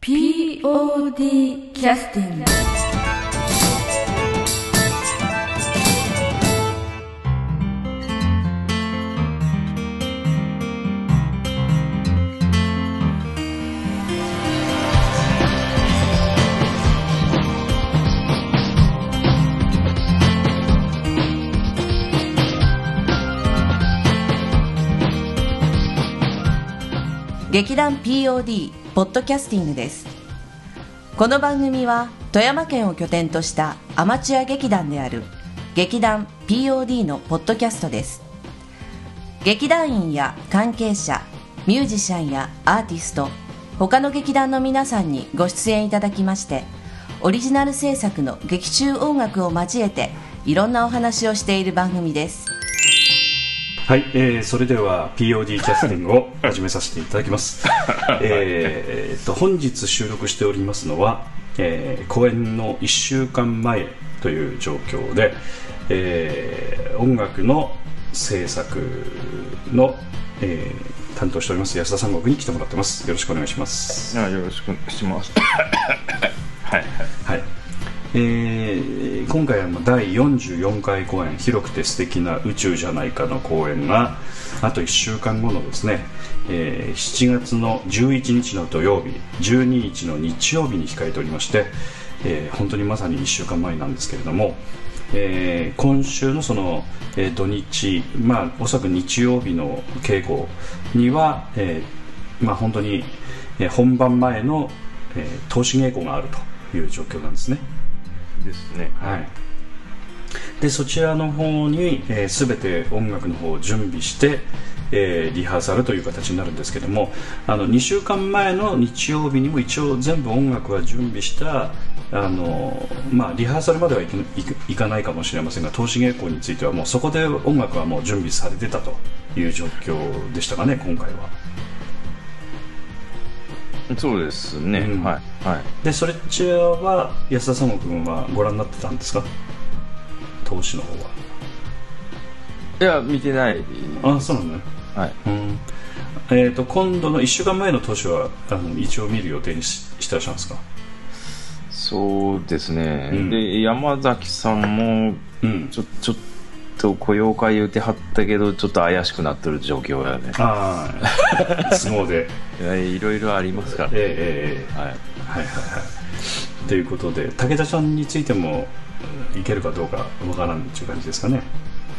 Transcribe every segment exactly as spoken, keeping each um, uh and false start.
ピーオーディー キャスティング。劇団 ピーオーディー ポッドキャスティングです。この番組は富山県を拠点としたアマチュア劇団である劇団 ピーオーディー のポッドキャストです。劇団員や関係者、ミュージシャンやアーティスト、他の劇団の皆さんにご出演いただきまして、オリジナル制作の劇中音楽を交えていろんなお話をしている番組です。 はい、えー、それでは ピーオーディー キャスティングを始めさせていただきます、えー、と本日収録しておりますのは、えー、公演のいっしゅうかんまえという状況で、えー、音楽の制作の、えー、担当しております安田三国に来てもらってます。よろしくお願いします。 あ、よろしくお願いしますはいはい、 はい、えー、今回はだいよんじゅうよんかい公演広くて素敵な宇宙じゃないかの公演があといっしゅうかんごのですね、えー、しちがつのじゅういちにちの土曜日じゅうににちの日曜日に控えておりまして、えー、本当にまさにいっしゅうかんまえなんですけれども、えー、今週のその、えー、土日、まあおそらく日曜日の稽古には、えーまあ、本当に、えー、本番前の、えー、通し稽古があるという状況なんですね。 ですね。 はい、でそちらの方に、えー、全て音楽の方を準備して、えー、リハーサルという形になるんですけども、あのにしゅうかんまえの日曜日にも一応全部音楽は準備したあの、まあ、リハーサルまではいか、いか、いかないかもしれませんが、通し稽古についてはもうそこで音楽はもう準備されてたという状況でしたかね、今回は。 そうですね、うん、はいはい。 でそれちらは安田三国君はご覧になってたんですか、投資の方は。 いや見てない。 あ、そうなんだね。はい、うん、えー、と今度のいっしゅうかんまえの投資はあの一応見る予定に し, してらっしゃるんですか。 そうですね、うん、で山崎さんもちょ、うん、ちょっと雇用会言うてはったけどちょっと怪しくなってる状況やね。 ああ都合でいろいろありますから、 えーえーはい、はいはいはいということで武田ちゃんについてもいけるかどうかわからんという感じですかね。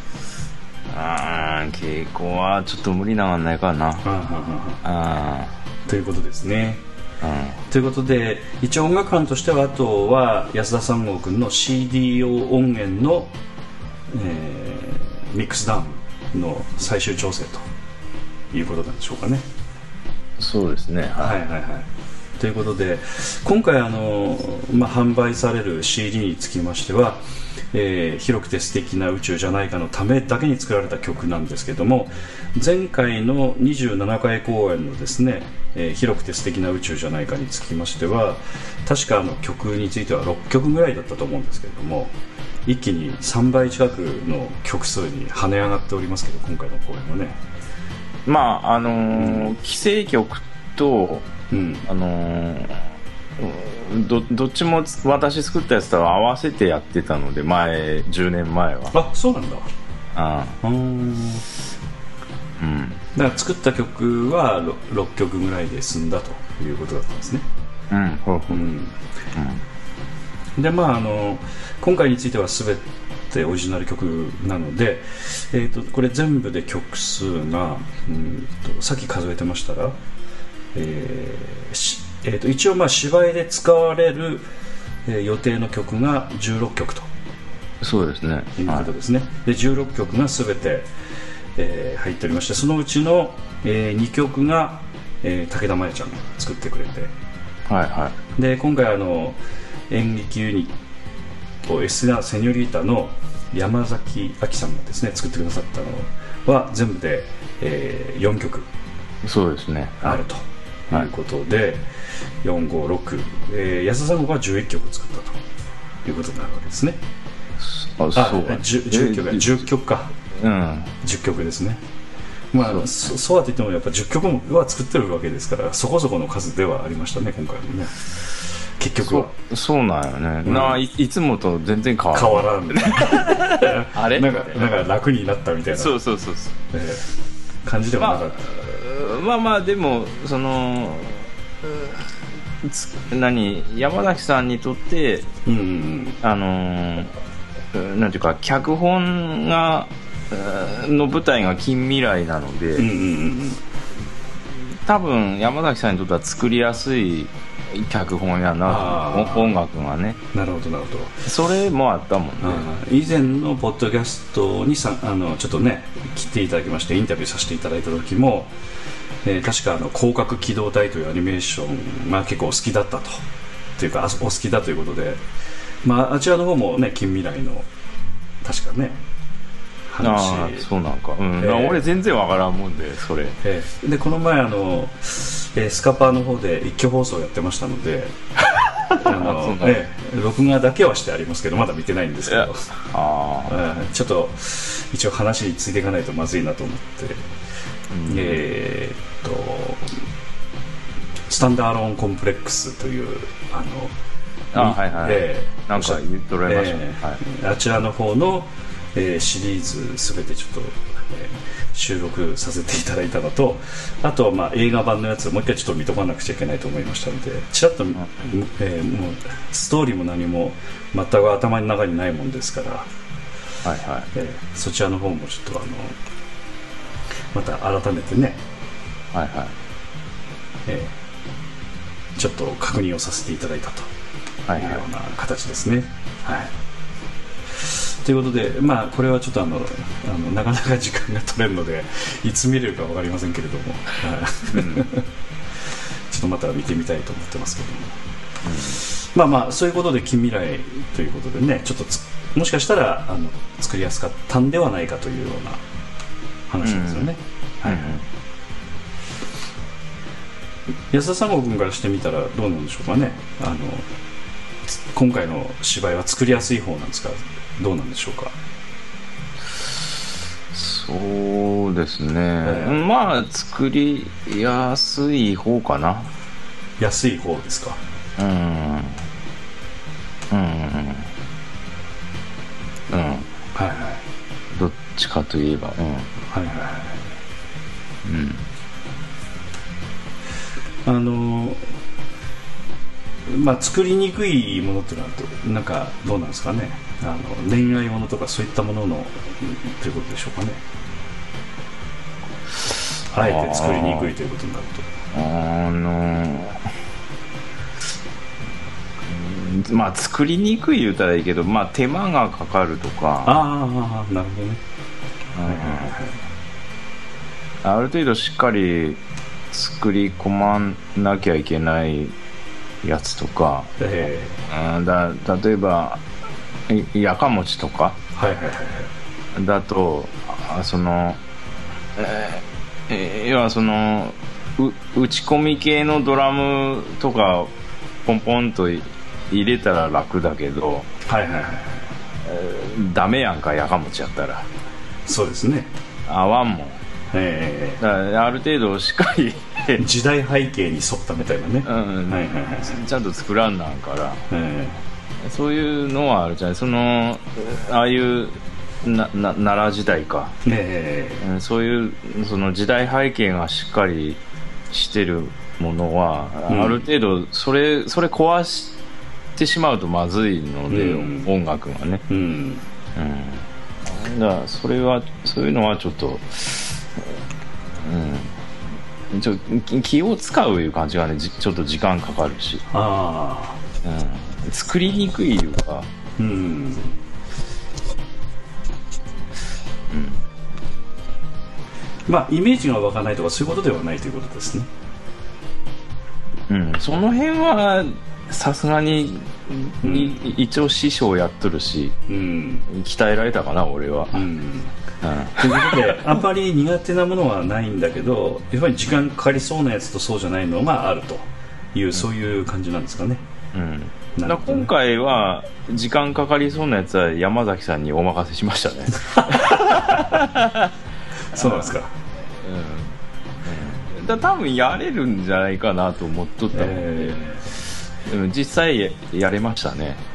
ああ稽古はちょっと無理なんないかな。ああということですね。うん、ということで一応音楽班としてはあとは安田三郷君の シーディー 用音源の、えー、ミックスダウンの最終調整ということなんでしょうかね。 そうですね、 はいはいはい。ということで今回あの、まあ、販売される シーディー につきましては、えー、広くて素敵な宇宙じゃないかのためだけに作られた曲なんですけども、前回のにじゅうななかい公演のですね、えー、広くて素敵な宇宙じゃないかにつきましては確かあの曲についてはろっきょくぐらいだったと思うんですけれども、一気にさんばい近くの曲数に跳ね上がっておりますけど、今回の公演はね、 まああのーうん、既成曲と、うんあのー、ど, どっちも私作ったやつと合わせてやってたので、前じゅうねんまえは。 あ、そうなんだ。 ああ、うん、 だから作った曲は ろ, ろっきょくぐらいで済んだということだったんですね。 うん、ほうほう、 うんうん、でまああの今回については全てオリジナル曲なので、えー、とこれ全部で曲数が、うんとさっき数えてましたら、えーしえー、と一応まあ芝居で使われる、えー、予定の曲がじゅうろっきょくと。 そうですね、 いうことですね、はい、でじゅうろっきょくが全て、えー、入っておりまして、そのうちの、えー、にきょくが、えー、武田真弥ちゃんが作ってくれて、はいはい、で今回あの演劇ユニットエスナセニョリータの山崎亜紀さんがですね作ってくださったのは全部で、えー、よんきょくそうですねあるということで、はい、よん、ご、ろく、えー、安田さんはじゅういっきょく作ったということになるわけですね。 あ、そうあ、じゅうきょく、じゅっきょくか、 うん、 じゅっきょくですね。 まあそそうはといってもやっぱじゅっきょくもは作ってるわけですから、そこそこの数ではありましたね今回もね。結局はそ, そうなんよね、うん、な い, いつもと全然変わらん変わらんみたいなあれなんかなんか楽になったみたいな、 そうそうそうそう、 えー、感じではなかった、 まあ、まあまあでもその何山崎さんにとって、うんうんうん、あのなんていうか脚本がの舞台が近未来なので、うんうんうん、多分山崎さんにとっては作りやすい脚本やな、音楽がね。 なるほどなるほど。 それもあったもんね。 以前のポッドキャストにさあのちょっとね来ていただきましてインタビューさせていただいた時も、えー、確かあの広角機動隊というアニメーションが結構好きだったとというかお好きだということで、まあ、あちらの方もね近未来の確かね話。 あそうなんか、うんえー、俺全然わからんもんでそれ、 えー、でこの前あのえー、スカパーの方で一挙放送やってましたのであの、えー、録画だけはしてありますけどまだ見てないんですけどあ、えー、ちょっと一応話についていかないとまずいなと思って、うん、えー、っとスタンダーローンコンプレックスというあのあ、はいはい、えー、なんか言っておられましたね、 えーはい、あちらの方の、えー、シリーズすべてちょっと、えー収録させていただいたのと、あとはまあ映画版のやつをもう一回ちょっと見とかなくちゃいけないと思いましたので、ちらっと、えー、もうストーリーも何も全く頭の中にないもんですから、はいはいえー、そちらの方もちょっとあのまた改めてね、はいはいえー、ちょっと確認をさせていただいたというような形ですね。はい、はいということで、まあ、これはちょっとあのあのなかなか時間が取れるのでいつ見れるか分かりませんけれども、うん、ちょっとまた見てみたいと思ってますけども、うん、まあまあそういうことで近未来ということでねちょっとつもしかしたらあの作りやすかったんではないかというような話ですよね、うんはいうん、安田三郷君からしてみたらどうなんでしょうかね。あの今回の芝居は作りやすい方なんですか、どうなんでしょうか。 そうですね、えー、まあ作りやすい方かな。 安い方ですか。うんうんうんうんはいはいどっちかといえばうんはいはいうんあのまあ作りにくいものっていうのはなんかどうなんですかね。あの恋愛ものとかそういったもののということでしょうかね。あえて作りにくいということになるとあのー、まあ作りにくい言うたらいいけど、まあ、手間がかかるとかああなるほどね、はいはいはい、ある程度しっかり作り込まなきゃいけないやつとか、えー、だ例えばやかもちとか、はいはいはい、だとその、えー、要はその打ち込み系のドラムとかポンポンと入れたら楽だけど、はいはいはいえー、ダメやんかやかもちやったら。 そうですね合わんもん、えー、だからある程度しっかり時代背景に沿ったみたいなね、 うんはいはいはい、ちゃんと作らんなんから、えー、そういうのはあるじゃない。そのああいうなな奈良時代か、えー、そういうその時代背景がしっかりしてるものは、うん、ある程度それそれ壊してしまうとまずいので、うん、音楽がね、うんうん、だからそれはそういうのはちょっと、うん、ちょ気を使ういう感じがねちょっと時間かかるし、あ、うん、作りにくいいうか、うんうんまあイメージが湧かないとかそういうことではないということですね。 うん、その辺はさすがに、うん、一応師匠やっとるし、うん、鍛えられたかな俺は、うんうん、 ということであんまり苦手なものはないんだけどやっぱり時間かかりそうなやつとそうじゃないのがあるという、うん、そういう感じなんですかね。うんだから今回は時間かかりそうなやつは山崎さんにお任せしましたねそうなんですか。 だ多分やれるんじゃないかなと思っとったので、えー、でも実際 や, やれましたね。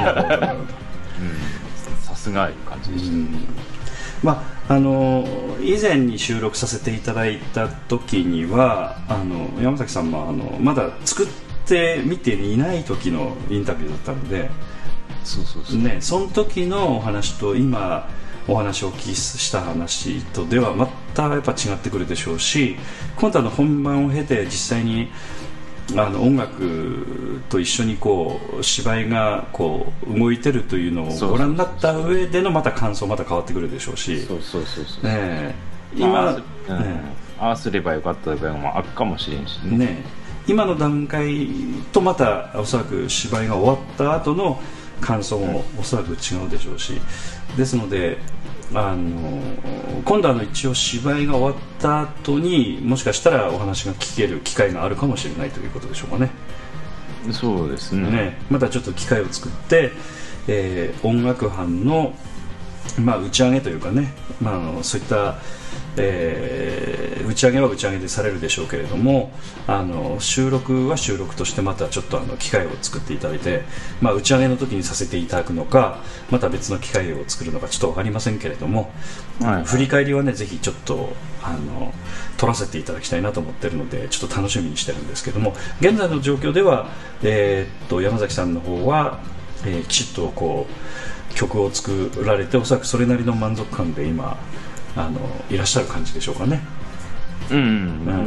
さすがい感じでした、うん。 まあ、あの以前に収録させていただいた時にはあの山崎さんもあのまだ作ってみていない時のインタビューだったので、 そうそうそう、 ね、その時のお話と今お話をお聞きした話とではまたやっぱ違ってくるでしょうし、今度の本番を経て実際にあの音楽と一緒にこう芝居がこう動いてるというのをご覧になった上でのまた感想また変わってくるでしょうし、 そうそうそうそう、 ね、今、 まあ、うんね、ああすればよかった場合もあるかもしれんし ね, ね今の段階とまたおそらく芝居が終わった後の感想もおそらく違うでしょうし、ですのであの今度あの一応芝居が終わった後にもしかしたらお話が聞ける機会があるかもしれないということでしょうかね。 そうです ね, ねまたちょっと機会を作って、えー、音楽班の、まあ、打ち上げというかね、まあ、あのそういった、えー、打ち上げは打ち上げでされるでしょうけれども、あの収録は収録としてまたちょっとあの機会を作っていただいて、まあ、打ち上げの時にさせていただくのかまた別の機会を作るのかちょっと分かりませんけれども、はい、振り返りはねぜひちょっとあの撮らせていただきたいなと思っているのでちょっと楽しみにしてるんですけども、現在の状況では、えー、っと山崎さんの方は、えー、きちっとこう曲を作られておそらくそれなりの満足感で今あのいらっしゃる感じでしょうかね。 うん、うん、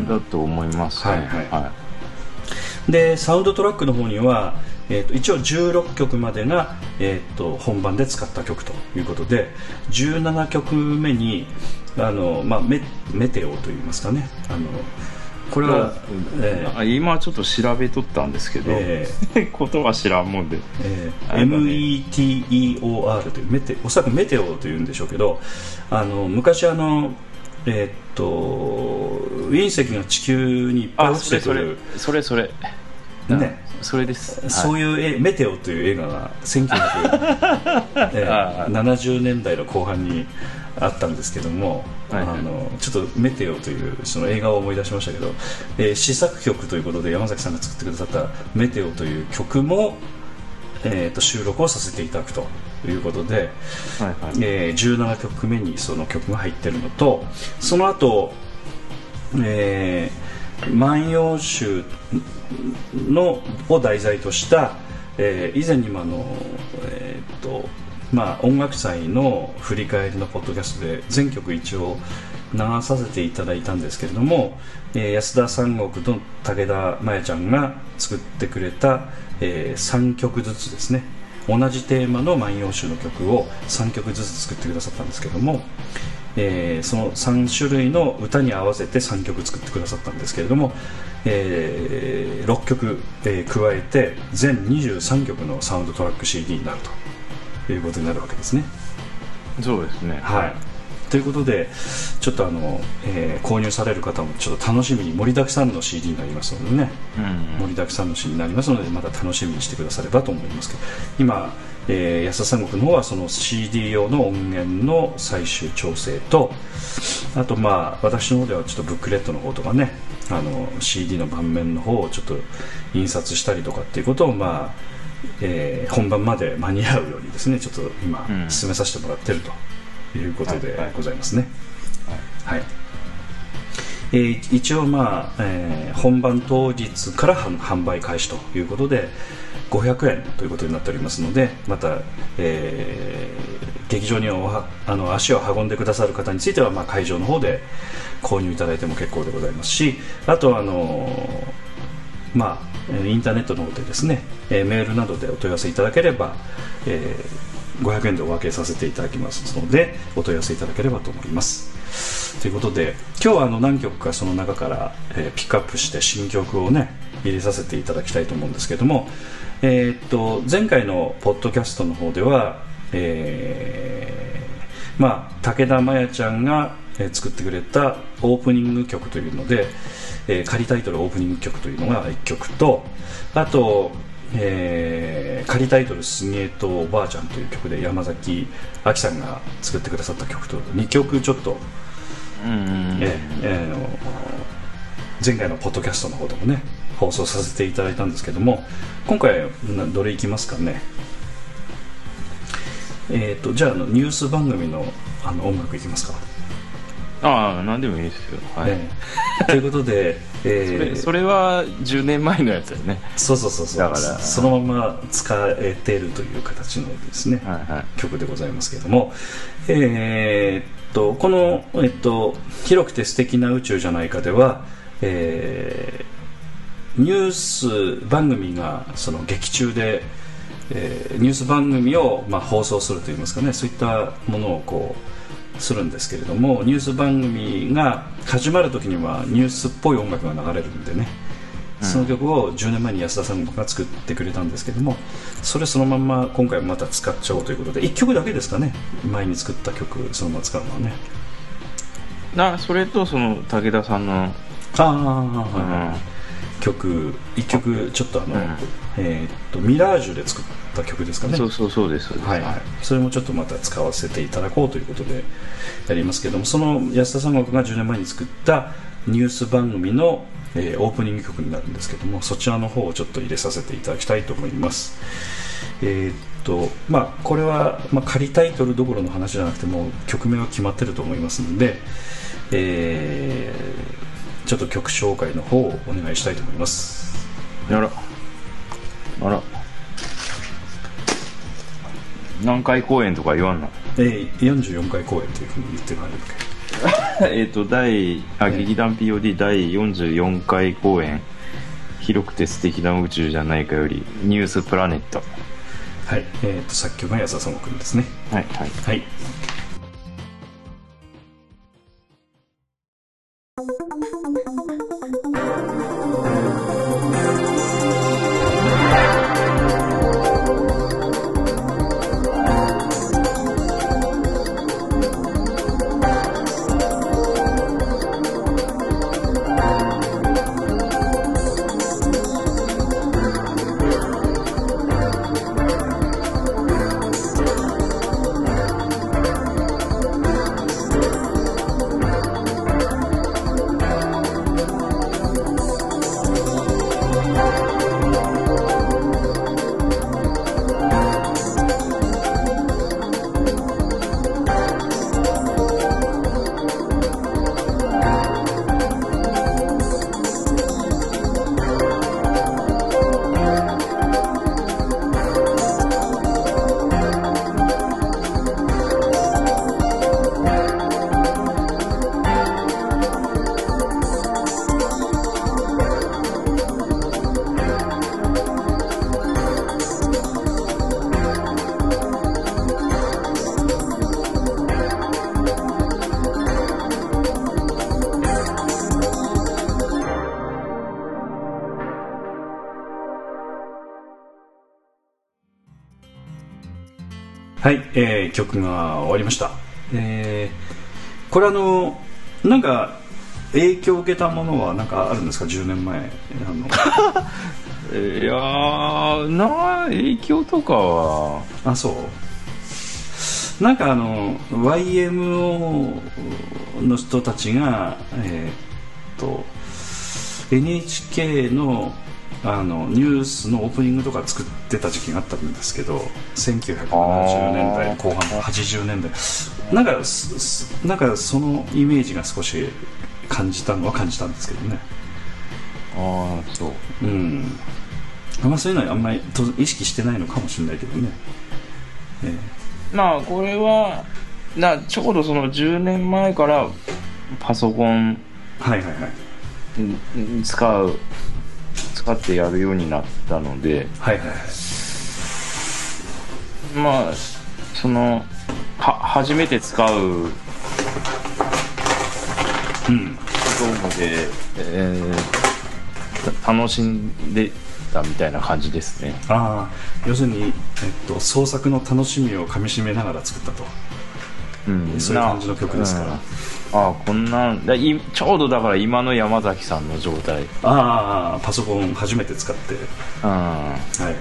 だと思います、ね、はいはい、はい、 でサウンドトラックの方には、えー、と一応じゅうろっきょくまでが、えー、と本番で使った曲ということでじゅうななきょくめにあの、まあ、メ, メテオといいますかね、あのこれは、 えー、今ちょっと調べとったんですけど、えー、言葉知らんもんで、 えー、エムイーティーイーオーアール というメテおそらくメテオというんでしょうけど、あの昔あのえー、っと隕石が地球にいっぱい落ちてくる、 それそれそれね、それです、 そういう、はい、メテオという映画がせんきゅうひゃくななじゅうねんだいの後半にあったんですけども、はいはい、あのちょっとメテオというその映画を思い出しましたけど、えー、試作曲ということで山崎さんが作ってくださったメテオという曲も、えー、と収録をさせていただくということで、はいはい、えー、じゅうななきょくめにその曲が入っているのと、その後、えー、万葉集のを題材とした、えー、以前にもあの、えー、っとまあ、音楽祭の振り返りのポッドキャストで全曲一応流させていただいたんですけれども、えー、安田三国と武田真弥ちゃんが作ってくれた、えー、さんきょくずつですね、同じテーマの万葉集の曲をさんきょくずつ作ってくださったんですけども、えー、そのさんしゅるいの歌に合わせてさんきょく作ってくださったんですけれども、えー、ろっきょく、えー、加えて全にじゅうさんきょくのサウンドトラック シーディー になるということになるわけですね。 そうですね、 はい、ということでちょっとあの、えー、購入される方もちょっと楽しみに、盛りだくさんの シーディー になりますのでね、うんうん、盛りだくさんの シーディー になりますのでまた楽しみにしてくださればと思いますけど、今、えー、安田三国の方はその シーディー 用の音源の最終調整と、あとまあ私の方ではちょっとブックレットの方とかね、あの シーディー の盤面の方をちょっと印刷したりとかっていうことをまあえー、本番まで間に合うようにですねちょっと今進めさせてもらっているということでございますね。はいはいはい、えー、一応まあ、えー、本番当日から販売開始ということでごひゃくえんということになっておりますので、また、えー、劇場におはあの足を運んでくださる方については、まあ、会場の方で購入いただいても結構でございますし、あとあのー、まあインターネットの方でですね、えー、メールなどでお問い合わせいただければ、えー、ごひゃくえんでお分けさせていただきますのでお問い合わせいただければと思います。ということで今日はあの何曲かその中から、えー、ピックアップして新曲をね入れさせていただきたいと思うんですけども、えー、っと前回のポッドキャストの方では、えーまあ、武田真弥ちゃんが作ってくれたオープニング曲というので、えー、仮タイトルオープニング曲というのがいっきょくと、あと、えー、仮タイトルすげえとおばあちゃんという曲で山崎亜紀さんが作ってくださった曲とにきょくちょっと、うん、えーえー、 前回のポッドキャストの方でもね放送させていただいたんですけども、今回どれいきますかね。えーとじゃあ、あのニュース番組の、あの音楽いきますか。 ああ、何でもいいですよ、はい、 ね、ということで、えー、 それ、それはじゅうねんまえのやつだよね。 そうそうそうそう、だからそのまま使えているという形のですね、はいはい、曲でございますけれども、えー、っとこの、えっと「広くて素敵な宇宙じゃないか」では、えー、ニュース番組がその劇中で、えー、ニュース番組を、まあ、放送するといいますかね、そういったものをこうするんですけれども、ニュース番組が始まる時にはニュースっぽい音楽が流れるんでね、うん、その曲をじゅうねんまえに安田さんが作ってくれたんですけども、それそのまんま今回また使っちゃおうということで、いっきょくだけですかね、前に作った曲そのまま使うのはね。 なそれとその武田さんのああ、はい、曲いっきょくちょっとあの、うん、えー、っとミラージュで作った曲ですかね。 そうそうそうです、 はいはい、それもちょっとまた使わせていただこうということでやりますけども、その安田三国がじゅうねんまえに作ったニュース番組の、えー、オープニング曲になるんですけども、そちらの方をちょっと入れさせていただきたいと思います。えー、っとまあこれは、まあ、仮タイトルどころの話じゃなくてもう曲名は決まってると思いますので、えー、ちょっと曲紹介の方をお願いしたいと思います。 やらあら何回公演とか言わんの？ えー、よんじゅうよんかい公演というふうに言ってるんだけどえっと第あ、劇団 ピーオーディー だいよんじゅうよんかい公演「広くて素敵な宇宙じゃないか」より「ニュースプラネット」。 はい、えー、と作曲が安田佐野君ですね。 はいはいはい。はい、えー、曲が終わりました。えー、これあのなんか影響を受けたものはなんかあるんですか？じゅうねんまえあのいやーな影響とかはあそうなんかあの ワイエムオー の人たちがえー、っと エヌエイチケー のあのニュースのオープニングとか作ってた時期があったんですけど、せんきゅうひゃくななじゅうねんだいこう半はちじゅうねんだいなんかなんかそのイメージが少し感じたのは感じたんですけどね。 ああそう、 うん、あんまそういうのはあんまり意識してないのかもしれないけどね、えー、まあこれはなちょうどそのじゅうねんまえからパソコンはいはいはい使う使ってやるようになったので、 はいはいはい、 まあそのは初めて使う、うん、ドームで、えー、楽しんでたみたいな感じですね。 ああ、要するに、えっと、創作の楽しみをかみしめながら作ったと、うん、そういう感じの曲ですから、うん、 ああこんなんだいちょうどだから今の山崎さんの状態。 ああパソコン初めて使って、 うん、 はいはい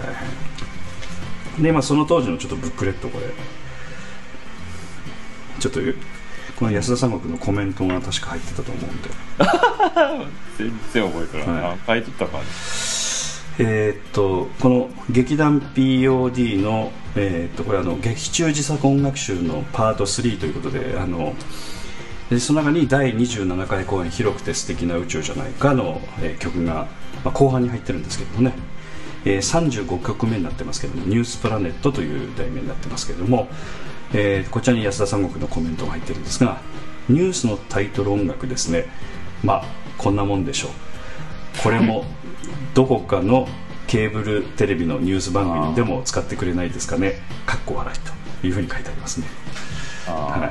はい。で、まあ、その当時のちょっとブックレットこれちょっとこの安田三国のコメントが確か入ってたと思うんで全然覚えてない、はい、書いてたかね。 えー、っとこの劇団 ピーオーディー の、えー、っとこれあの劇中自作音楽集のパートスリーということで、あのでその中にだいにじゅうななかい公演広くて素敵な宇宙じゃないかの、えー、曲が、まあ、後半に入ってるんですけどもね、えー、さんじゅうごきょくめになってますけども、ニュースプラネットという題名になってますけども、えー、こちらに安田三国のコメントが入ってるんですが、ニュースのタイトル音楽ですね、まあこんなもんでしょう。これもどこかのケーブルテレビのニュース番組でも使ってくれないですかね、かっこ笑いというふうに書いてありますね。あ、はい、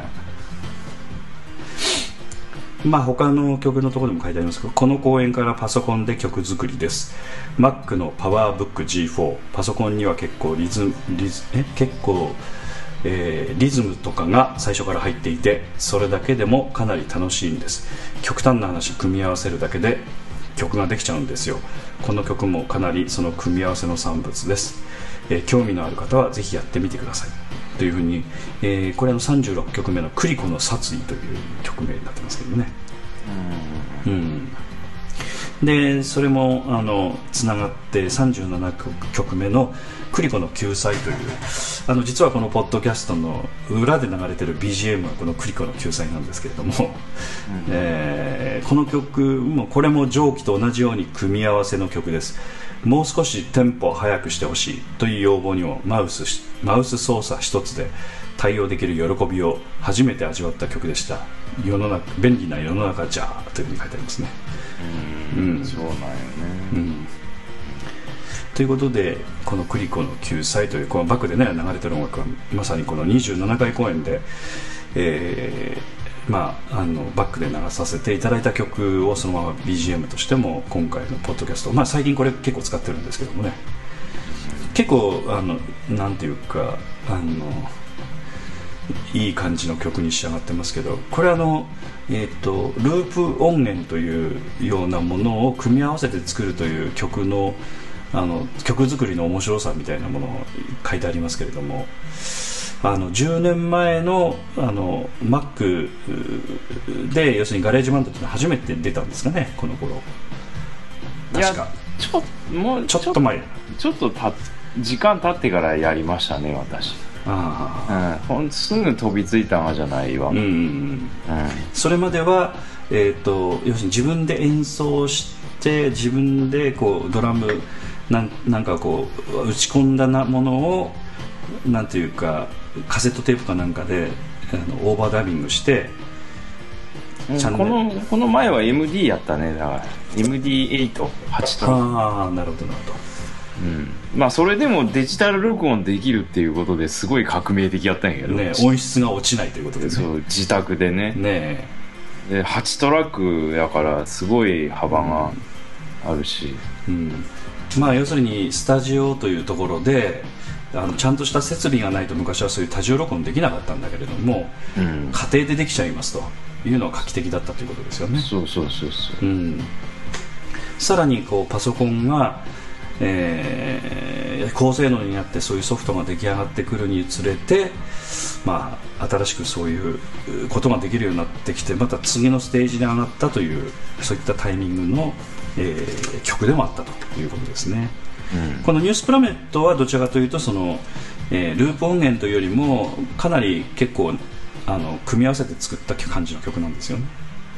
まあ他の曲のところでも書いてありますけど、この公演からパソコンで曲作りです。 Mac のパワーブック ジーフォー、 パソコンには結構リズリズえ結構えー、リズムとかが最初から入っていて、それだけでもかなり楽しいんです。極端な話、組み合わせるだけで曲ができちゃうんですよ。この曲もかなりその組み合わせの産物です。えー、興味のある方はぜひやってみてくださいというふうに、えー、これのさんじゅうろっきょくめのクリコの殺意という曲名になってますけどね。うん、うんでそれもあのつながってさんじゅうななきょくめのクリコの救済という、あの実はこのポッドキャストの裏で流れてる ビージーエム はこのクリコの救済なんですけれども、うんえー、この曲もこれも上記と同じように組み合わせの曲です。もう少しテンポ速くしてほしいという要望にもマウスマウス操作一つで対応できる喜びを初めて味わった曲でした。世の中便利な世の中じゃというふうに書いてありますね。 うん、うん、そうなんよね、 うん、ということでこのクリコの救済というこのバックでね流れてる音楽はまさにこのにじゅうななかい公演で、えーまあ、あのバックで流させていただいた曲をそのまま ビージーエム としても今回のポッドキャスト、まあ、最近これ結構使ってるんですけどもね、結構あのなんていうかあのいい感じの曲に仕上がってますけど、これあの、えー、とループ音源というようなものを組み合わせて作るという曲の、あの曲作りの面白さみたいなものを書いてありますけれども、あのじゅうねんまえ の, あの Mac で要するにガレージバンドというのは初めて出たんですかね、この頃。確かちょもうちょっと前ちょっとた時間経ってからやりましたね私。あ、うん、すぐ飛びついたのじゃないわ、うんうんうん、 それまでは、えー、と要するに自分で演奏して自分でこうドラム な, なんかこう打ち込んだなものをなんていうかカセットテープかなんかであのオーバーダビングして、 うん、このこの前は エムディー やったね。だから エムディーエイト、はち とああなるほどなるほど、 うん、まあそれでもデジタル録音できるっていうことですごい革命的やったんやけどね、音質が落ちないということですね。 そう自宅で ね, ねではちトラックやからすごい幅があるし、うんうん、まあ要するにスタジオというところであのちゃんとした設備がないと昔はそういう多重録音できなかったんだけれども、うん、家庭でできちゃいますというのは画期的だったということですよね。 そうそうそうそう、うん、 さらにこうパソコンがえー、高性能になってそういうソフトが出来上がってくるにつれて、まあ、新しくそういうことができるようになってきてまた次のステージに上がったというそういったタイミングの、えー、曲でもあったということですね、うん、このニュースプラネットはどちらかというとその、えー、ループ音源というよりもかなり結構あの組み合わせて作った感じの曲なんですよね。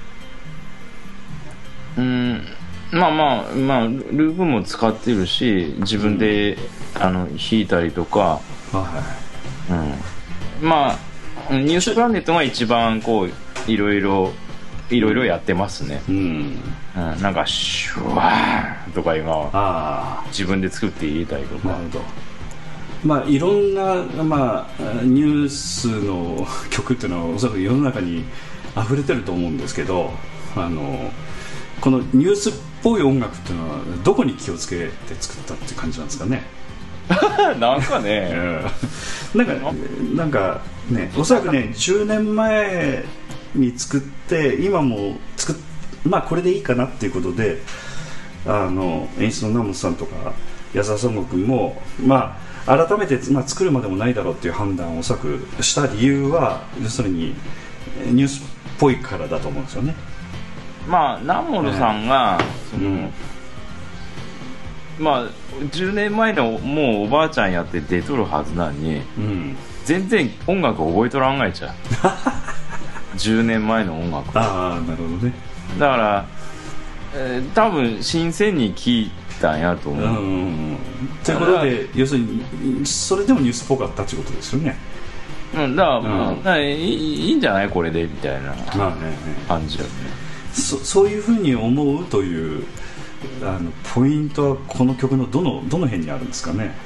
うんまあまあまあループも使ってるし自分で、うん、あの弾いたりとか、はいうん、まあニュースプラネットが一番こういろいろいろいろやってますね、うんうん、なんかシュワーとか今あ自分で作って入れたりとか。 なるほど。まあいろんな、まあ、ニュースの曲っていうのはおそらく世の中に溢れてると思うんですけど、あのこのニュースっぽい音楽っていうのはどこに気をつけて作ったっていう感じなんですかね。 なんかねなんかなんかねおそらくねじゅうねんまえに作って今も作っまあこれでいいかなっていうことであの演出の南本さんとか安田孫悟君もまあ改めて、まあ、作るまでもないだろうっていう判断をおそらくした理由は要するにニュースっぽいからだと思うんですよね。 まあ南本さんが、その、うん、まあじゅうねんまえのもうおばあちゃんやって出とるはずなのに、うん、全然音楽覚えとらんがいちゃうじゅうねんまえの音楽。 ああなるほどね。 だから、えー、多分新鮮に聞いたんやと思う。うんうんうん、 ということで要するにそれでもニュースっぽかったってことですよね。 うん、だから、うん、だからいい、いいんじゃないこれでみたいな感じだよね。 そ, そういうふうに思うというあのポイントはこの曲のどのどの辺にあるんですかね。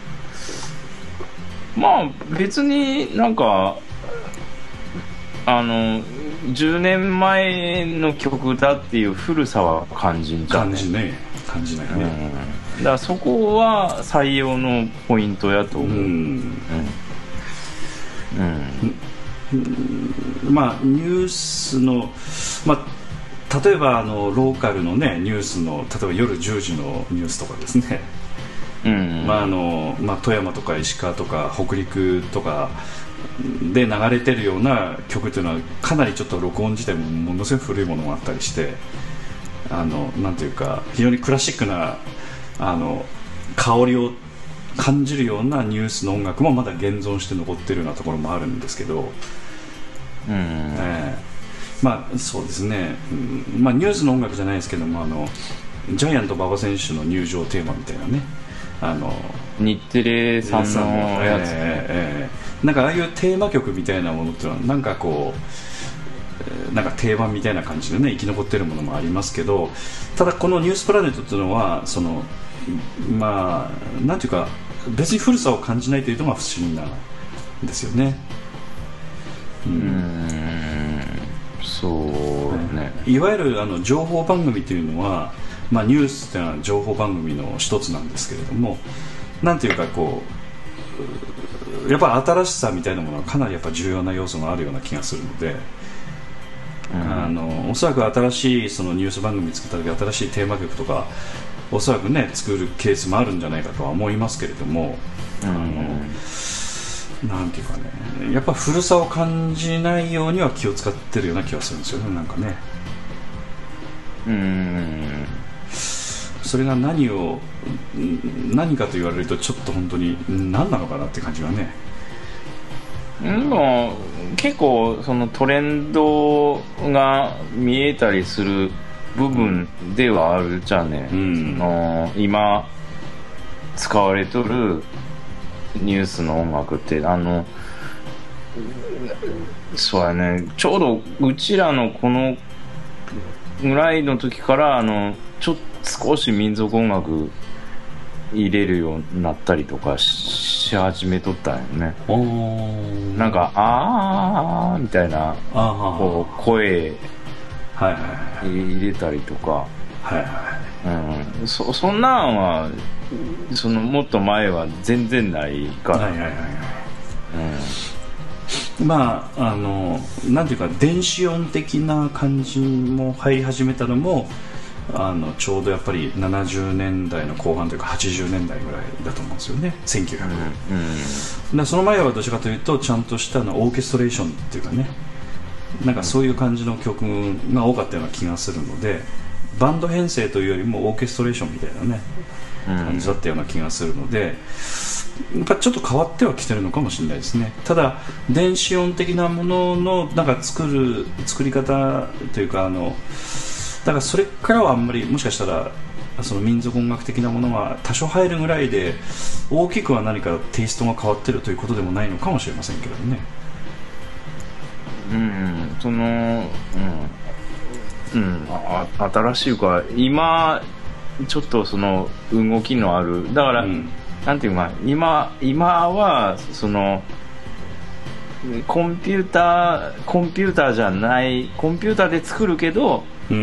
まあ別になんかあのじゅうねんまえの曲だっていう古さは感じんじゃね。 感じね感じないね、 うん、だからそこは採用のポイントやと思う。うん、うんうん、まあニュースの、まあ、例えばあのローカルのねニュースの例えば夜じゅうじのニュースとかですね、うんまああのまあ、富山とか石川とか北陸とかで流れてるような曲というのはかなりちょっと録音自体もものすごい古いものがあったりして、あのなんていうか非常にクラシックなあの香りを感じるようなニュースの音楽もまだ現存して残っているようなところもあるんですけど、うんえー、まあそうですね、うんまあ、ニュースの音楽じゃないですけども、あのジャイアント馬場選手の入場テーマみたいなね、あの日テレさんのやつ、ねえー、なんかああいうテーマ曲みたいなものっていうのはなんかこうなんか定番みたいな感じでね生き残ってるものもありますけど、ただこのニュースプラネットっていうのはそのまあなんていうか別に古さを感じないというのが不思議なんですよね。 うん、うーんそうね。 いわゆるあの情報番組というのは、まあ、ニュースというのは情報番組の一つなんですけれども、なんていうかこうやっぱ新しさみたいなものはかなりやっぱ重要な要素があるような気がするので、うん、あのおそらく新しいそのニュース番組作った時新しいテーマ曲とかおそらくね作るケースもあるんじゃないかとは思いますけれども、うん、あのなんていうかねやっぱ古さを感じないようには気を使ってるような気がするんですよね。なんかねうんそれが何を何かと言われるとちょっと本当に何なのかなって感じがね。 でも結構そのトレンドが見えたりする部分ではあるじゃね、うん、その今使われとるニュースの音楽ってあのそうやねちょうどうちらのこのぐらいの時からあのちょっと少し民族音楽入れるようになったりとかし始めとったんよね。なんかあーみたいなこう声入れたりとか、はいはいうん、そ, そんなんはそのもっと前は全然ないから、はいはいはいうん、まああのなんていうか電子音的な感じも入り始めたのもあのちょうどやっぱりななじゅうねんだいの後半というかはちじゅうねんだいぐらいだと思うんですよね。せんきゅうひゃく、うんうん、その前はどちらかというとちゃんとしたのオーケストレーションっていうかねなんかそういう感じの曲が多かったような気がするのでバンド編成というよりもオーケストレーションみたいなね感じだったような気がするのでやっぱちょっと変わってはきてるのかもしれないですね。ただ電子音的なもののなんか作る作り方というかあのだからそれからはあんまりもしかしたらその民族音楽的なものが多少入るぐらいで大きくは何かテイストが変わってるということでもないのかもしれませんけどね。 うんそのうん、うん、あ新しいか今ちょっとその動きのあるだから、うん、なんていうか今今はそのコンピューターコンピューターじゃないコンピューターで作るけどうん、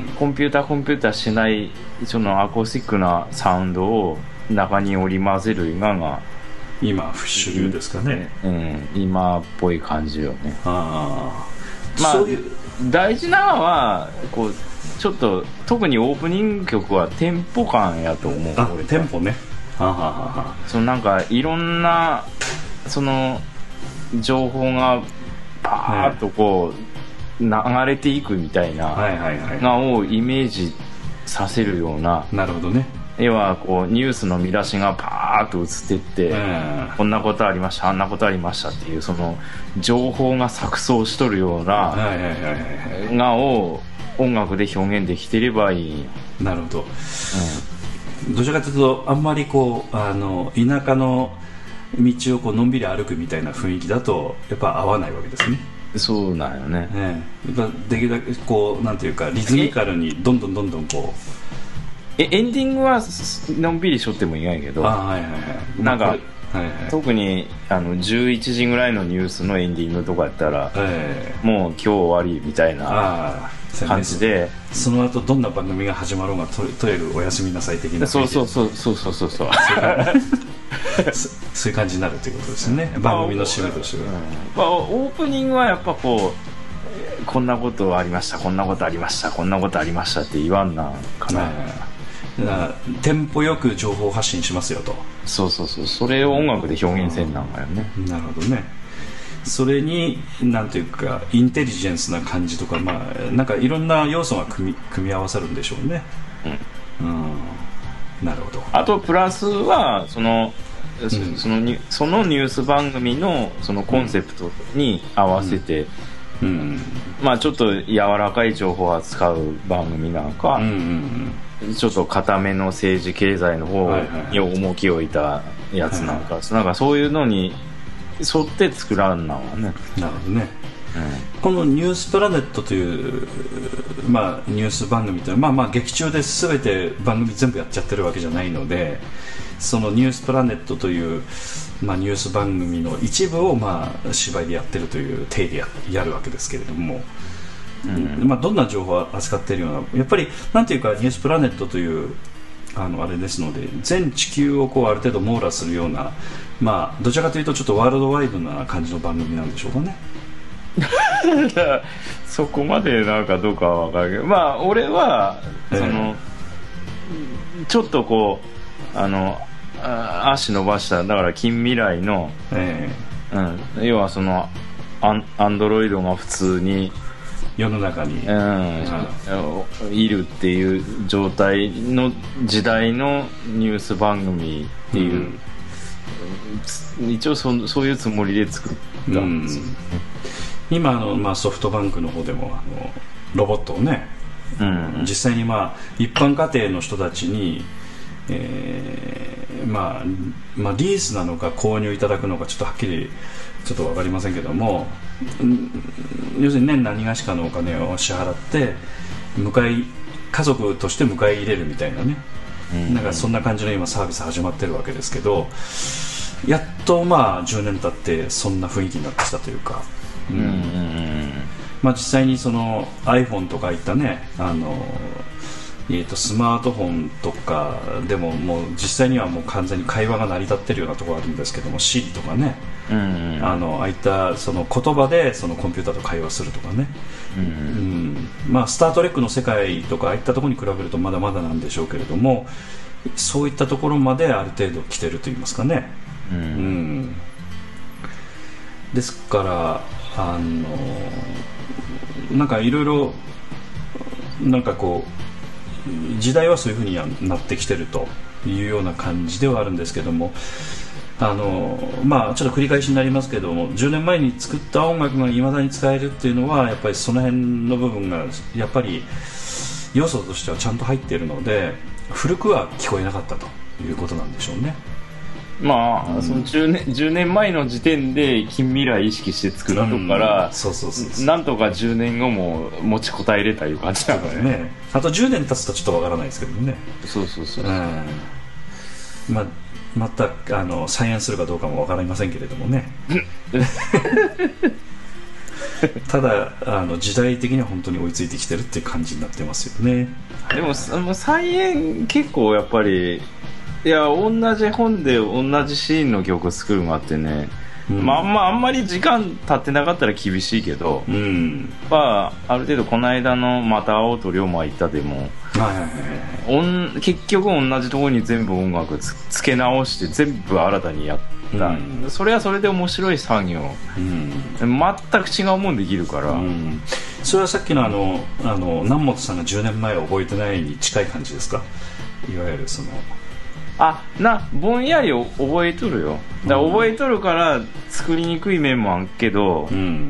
コンピューターコンピューターしないそのアコースティックなサウンドを中に織り交ぜる今が今主流ですかね、 うん、今っぽい感じよね。 あまあそういう大事なのはこうちょっと特にオープニング曲はテンポ感やと思う。 あテンポねははははそのなんかいろんなその情報がパーッとこう流れていくみたいなのをイメージさせるような、 なるほどね、 要はこうニュースの見出しがパーッと映ってって、こんなことありましたあんなことありましたっていうその情報が錯綜しとるようながを音楽で表現できてればいい。 なるほど、うん、どちらかというとあんまりこうあの田舎の道をこうのんびり歩くみたいな雰囲気だとやっぱ合わないわけですね。 そうなんよね、 ね、やっぱできるだけこうなんていうかリズミカルにどんどんどんどんこうえエンディングはのんびりしょってもいいんやけど、 あ、はいはいはい、 なんか、 はいはい、 特にあのじゅういちじぐらいのニュースのエンディングとかやったら、えー、もう今日終わりみたいな感じで、 その後どんな番組が始まろうが と, とりあえずおやすみなさい的な、 そうそうそうそうそうそうそうそういう感じになるということですね、番組の締めとしては、 まあ、オープニングはやっぱこうこんなことありましたこんなことありましたこんなことありましたって言わんなかな、 だからテンポよく情報発信しますよと。 そうそうそう、それを音楽で表現せんなんだよね。 なるほどね。それになんていうかインテリジェンスな感じとか、まあなんかいろんな要素が組み組み合わさるんでしょうね。うん、うん、なるほど。 あとプラスはその、うん、そのニそのニュース番組のそのコンセプトに合わせて、うんうん、まあちょっと柔らかい情報を扱う番組なのか、うんうんうん、ちょっと固めの政治経済の方に重きを置いたやつなんか、はいはい、なんかそういうのに沿って作らんなわね。 なるほどね、うん、このニュースプラネットという、まあ、ニュース番組というのは、まあ、まあ劇中で全て番組全部やっちゃってるわけじゃないので、そのニュースプラネットという、まあ、ニュース番組の一部を、まあ、芝居でやってるという体で や, やるわけですけれども、うんまあ、どんな情報を扱っているような、やっぱりなんていうかニュースプラネットというあのあれですので、全地球をこうある程度網羅するような、まあ、どちらかというとちょっとワールドワイドな感じの番組なんでしょうかね。 そこまでなんかどうかは分かるけど、まあ俺はその、えー、ちょっとこうあのあ足伸ばしただから近未来の、えーうん、要はそのアン、アンドロイドが普通に世の中に、 うん、いるっていう状態の時代のニュース番組っていう、うん、一応 そ, そういうつもりで作ったんですよね、 うん、今の、まあ、ソフトバンクの方でもあのロボットをね、うん、実際に、まあ、一般家庭の人たちに、えーまあまあ、リースなのか購入いただくのかちょっとはっきりちょっと分かりませんけども、要するに年何がしかのお金を支払って迎え家族として迎え入れるみたいなね、うん、なんかそんな感じの今サービス始まってるわけですけど、やっとまあじゅうねん経ってそんな雰囲気になってきたというか、うんうんうんまあ、実際にその iPhone とかいったねあのえー、とスマートフォンとかでももう実際にはもう完全に会話が成り立ってるようなところあるんですけども、 Siri とかね、うんうん、あのああいったその言葉でそのコンピューターと会話するとかね、うんうんうんまあ、スタートレックの世界とかああいったところに比べるとまだまだなんでしょうけれども、そういったところまである程度来てると言いますかね、うんうん、ですからあのなんかいろいろなんかこう時代はそういう風にはなってきてるというような感じではあるんですけども、あの、まあ、ちょっと繰り返しになりますけども、じゅうねんまえに作った音楽がいまだに使えるっていうのはやっぱりその辺の部分がやっぱり要素としてはちゃんと入っているので、古くは聞こえなかったということなんでしょうね。 まあ、うん、そのじゅうねん、じゅうねんまえの時点で近未来意識して作ったとこから、なんとかじゅうねんごも持ちこたえれたいう感じだから ね, ねあとじゅうねん経つとちょっとわからないですけどね。 そうそうそうそう、うん、 まあ、またあの再演するかどうかもわかりませんけれどもねただあの時代的には本当に追いついてきてるっていう感じになってますよね。 でも再演結構やっぱりいや同じ本で同じシーンの曲作るのがあってね、うんまあ、あんまあんまり時間経ってなかったら厳しいけど、うんまあ、ある程度この間のまた会おうと龍馬行ったでも、はいはいはい、結局同じところに全部音楽 つ, つけ直して全部新たに や, た、うん、それはそれで面白い作業、うん、全く違うもんできるから、うん、 それはさっきのあのあの南本さんがじゅうねんまえ覚えてないに近い感じですか？いわゆるそのあなぼんやり覚えとるよ。だから覚えとるから作りにくい面もあるけど、うん、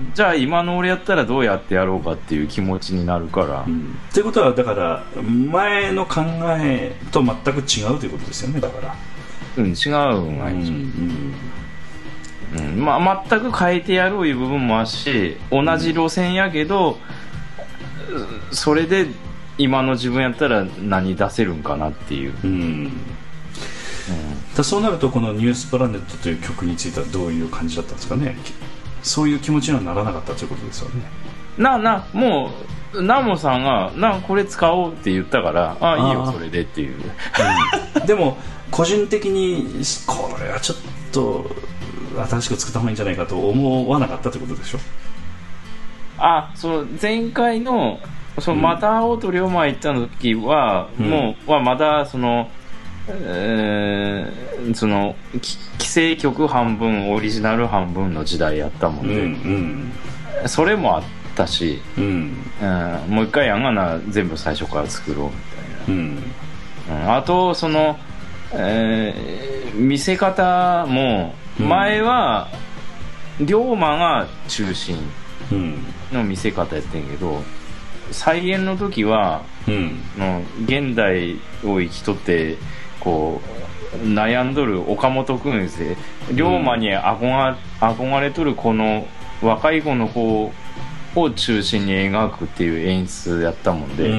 じゃあ今の俺やったらどうやってやろうかっていう気持ちになるから、うん、 っていうことはだから前の考えと全く違うということですよね。だからうん違うんが一応、うんうんまあ、全く変えてやろういう部分もあるし、同じ路線やけど、うん、それで今の自分やったら何出せるんかなっていう、うんうんだそうなるとこのニュースプラネットという曲についてはどういう感じだったんですかね。そういう気持ちにはならなかったということですよね。 ななもうナモさんがなこれ使おうって言ったからああいいよそれでっていう、 うん、でも個人的にこれはちょっと新しく作った方がいいんじゃないかと思わなかったということでしょ。 あその前回のそのまた会おうと龍馬行った時は、うん、もうはまだそのえー、その既成曲半分オリジナル半分の時代やったもんで、うんうん、それもあったし、うんうん、もう一回やんがな全部最初から作ろうみたいな、うんうん、あとその、えー、見せ方も前は龍馬が中心の見せ方やってんけど、再現の時は、うん、の現代を生きとってこう悩んどる岡本君ですね、龍馬に憧 れ,、うん、憧れとるこの若い子の子を中心に描くっていう演出やったもんで、うんうんうん、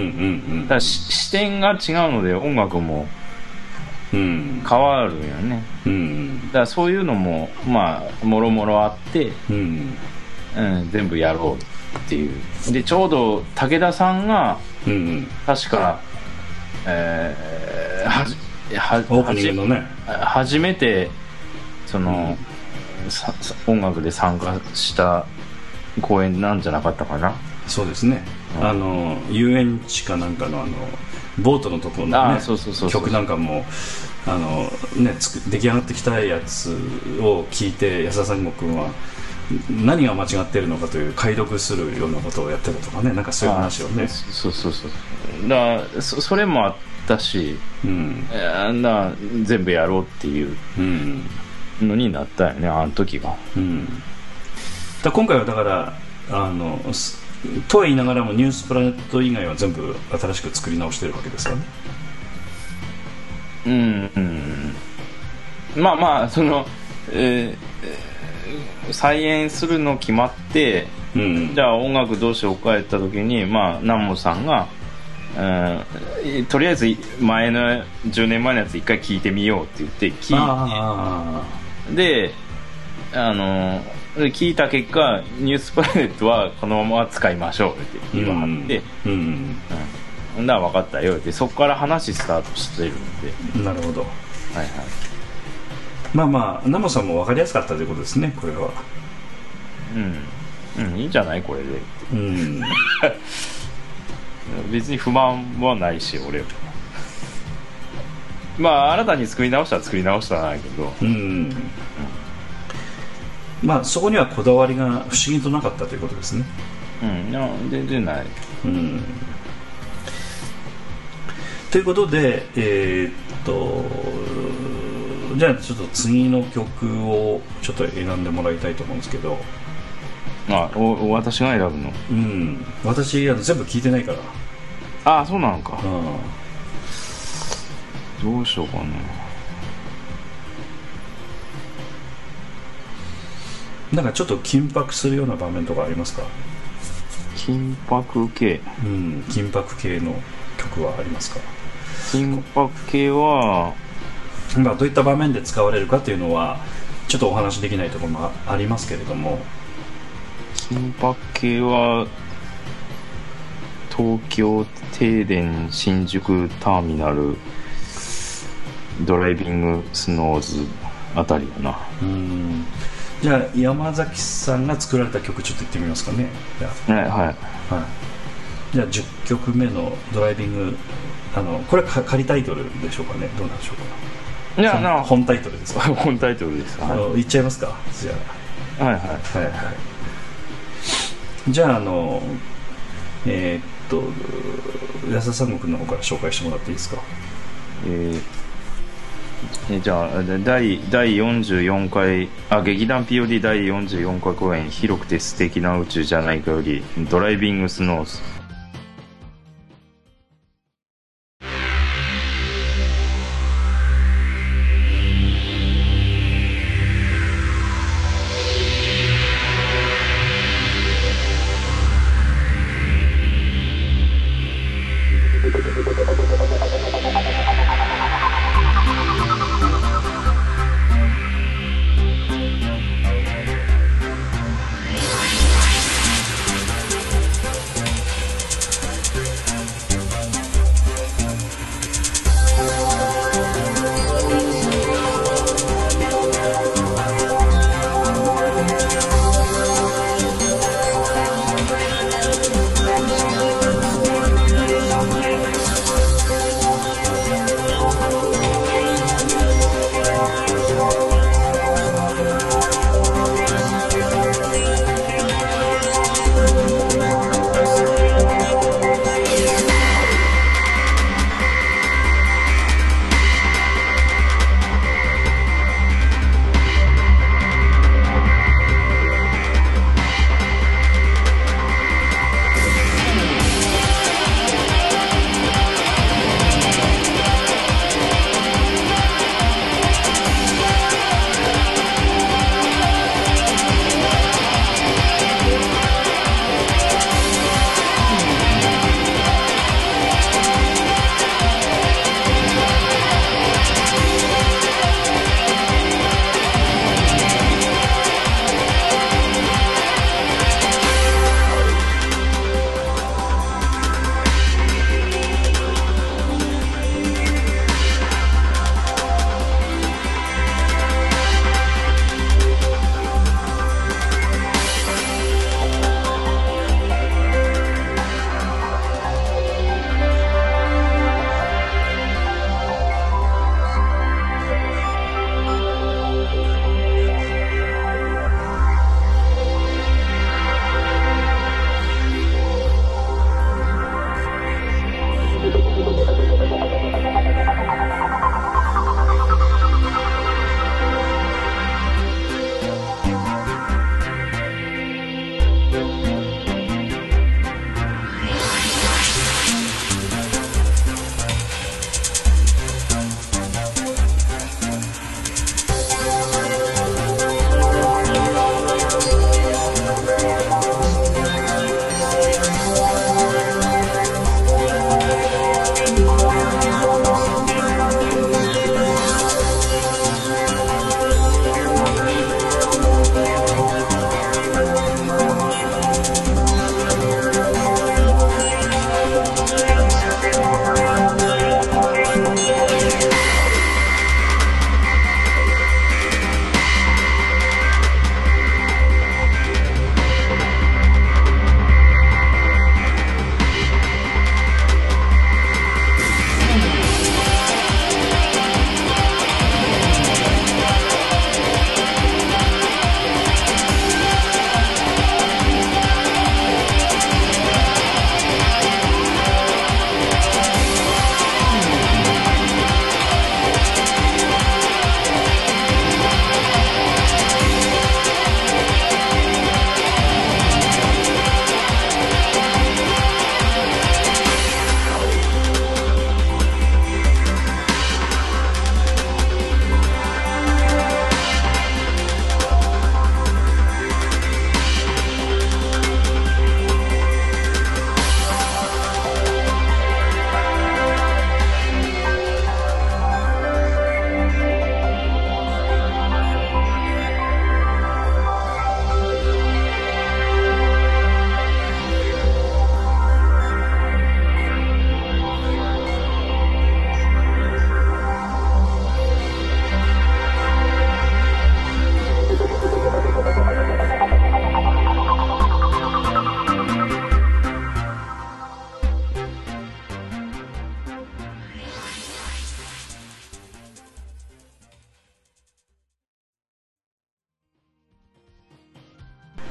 だから視点が違うので音楽も変わるよね、うんうん、だからそういうのもまあもろもろあって、うんうん、全部やろうっていうでちょうど武田さんが、うんうん、確か、えー、はじはオープニングのね初めてその、うん、音楽で参加した公演なんじゃなかったかな。 そうですね、うん、あの遊園地かなんかのあのボートのところの、ね、曲なんかもあの、ね、つく出来上がってきたやつを聞いて安田三郷君は何が間違っているのかという解読するようなことをやってたとかね、なんかそういう話をね。 そうそうそうだから そ, それもあったし、うん、あんな全部やろうっていうのになったよね、あの時が、うん、 だ今回はだからあのとは言いながらもニュースプラネット以外は全部新しく作り直してるわけですからね。 うん、うん、まあまあその、えー、再演するの決まって、うん、じゃあ音楽どうしようかやった時に、まあ、南本さんが、うん、とりあえず前のじゅうねんまえのやつ一回聴いてみようって言って聴いて、であの聞いた結果ニュースプラネットはこのまま使いましょうって言わはって、うんうんうん、だから分かったよってそこから話スタートしてるんで。 なるほど、はいはい、 まあまあ南本さんも分かりやすかったということですね、これは。 うん、うん、いいんじゃないこれで、うん、別に不満はないし俺はまあ新たに作り直したら作り直したらないけど、うん、うん、 まあそこにはこだわりが不思議となかったということですね。 うん、いや全然ない、うん、 ということでえー、っとじゃあちょっと次の曲をちょっと選んでもらいたいと思うんですけど。 あお私が選ぶの。 うん、私あの全部聞いてないから。 ああそうなのか、うん、どうしようかな。 なんかちょっと緊迫するような場面とかありますか？ 緊迫系、 うん、緊迫系の曲はありますか？ 緊迫系は、 まあ、どういった場面で使われるかっていうのはちょっとお話しできないところもありますけれども、 緊迫系は東京停電新宿ターミナルドライビングスノーズあたりやな。うん、 じゃあ山崎さんが作られた曲ちょっと言ってみますかね。じゃあ、 はいはいはい、 じゃあじゅっきょくめのドライビング、あのこれは仮タイトルでしょうかね、どうなんでしょうか。 いやな本タイトルですか？ 本タイトルです。 あの言っちゃいますか？じゃあはいはいはいはい。じゃああのえー、っと安田三国の方から紹介してもらっていいですか？ えー、じゃあ第第よんじゅうよんかいあ劇団 ピーオーディー 第よんじゅうよんかい公演広くて素敵な宇宙じゃないかよりドライビングスノーズ。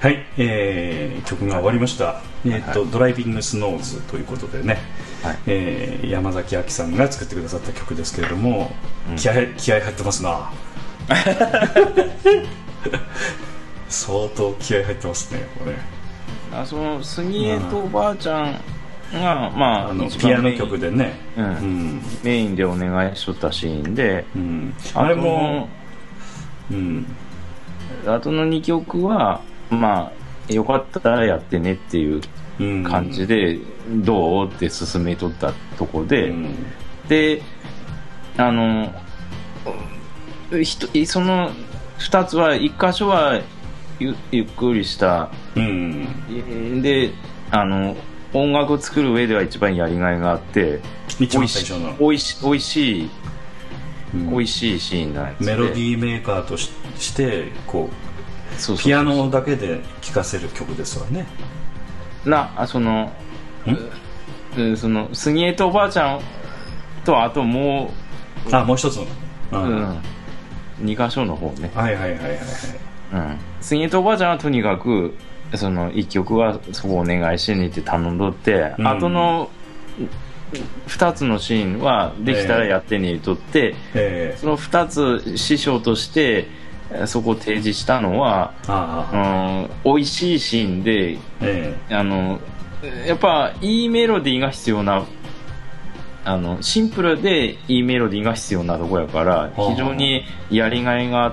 はい、えー、曲が終わりました、えーとはい、ドライビングスノーズということでね、はい、えー、山崎亜紀さんが作ってくださった曲ですけれども、うん、気合、気合入ってますな相当気合入ってますねこれ。 あ、その杉江とおばあちゃんが、まあ、 あのピアノ曲でね、 うんうん、メインでお願いしとったシーンで、うん、 あれも、うん、 あとのにきょくはまあよかったらやってねっていう感じで、うん、どうって進めとったとこで、うん、であのひそのふたつはいっ箇所は ゆ, ゆっくりした、うん、であの音楽を作る上では一番やりがいがあって一番最初のおいしおいしい、うん、おいしいシーンなんですね。 メロディーメーカーと し, してこうそうそうそうピアノだけで聴かせる曲ですわね。 なあそのうその杉江とおばあちゃんとあともうあもう一つの、 うん、に箇所の方ね。 はいはいはいはいはい、 うん、杉江とおばあちゃんはとにかくそのいっきょくはそこお願いしてねって頼んどって、うん、あとのふたつのシーンはできたらやってねとって、えーえー、そのふたつ師匠としてそこを提示したのはあ、うん、美味しいシーンで、ええ、あのやっぱいいメロディーが必要なあのシンプルでいいメロディーが必要なとこやから非常にやりがいがあって、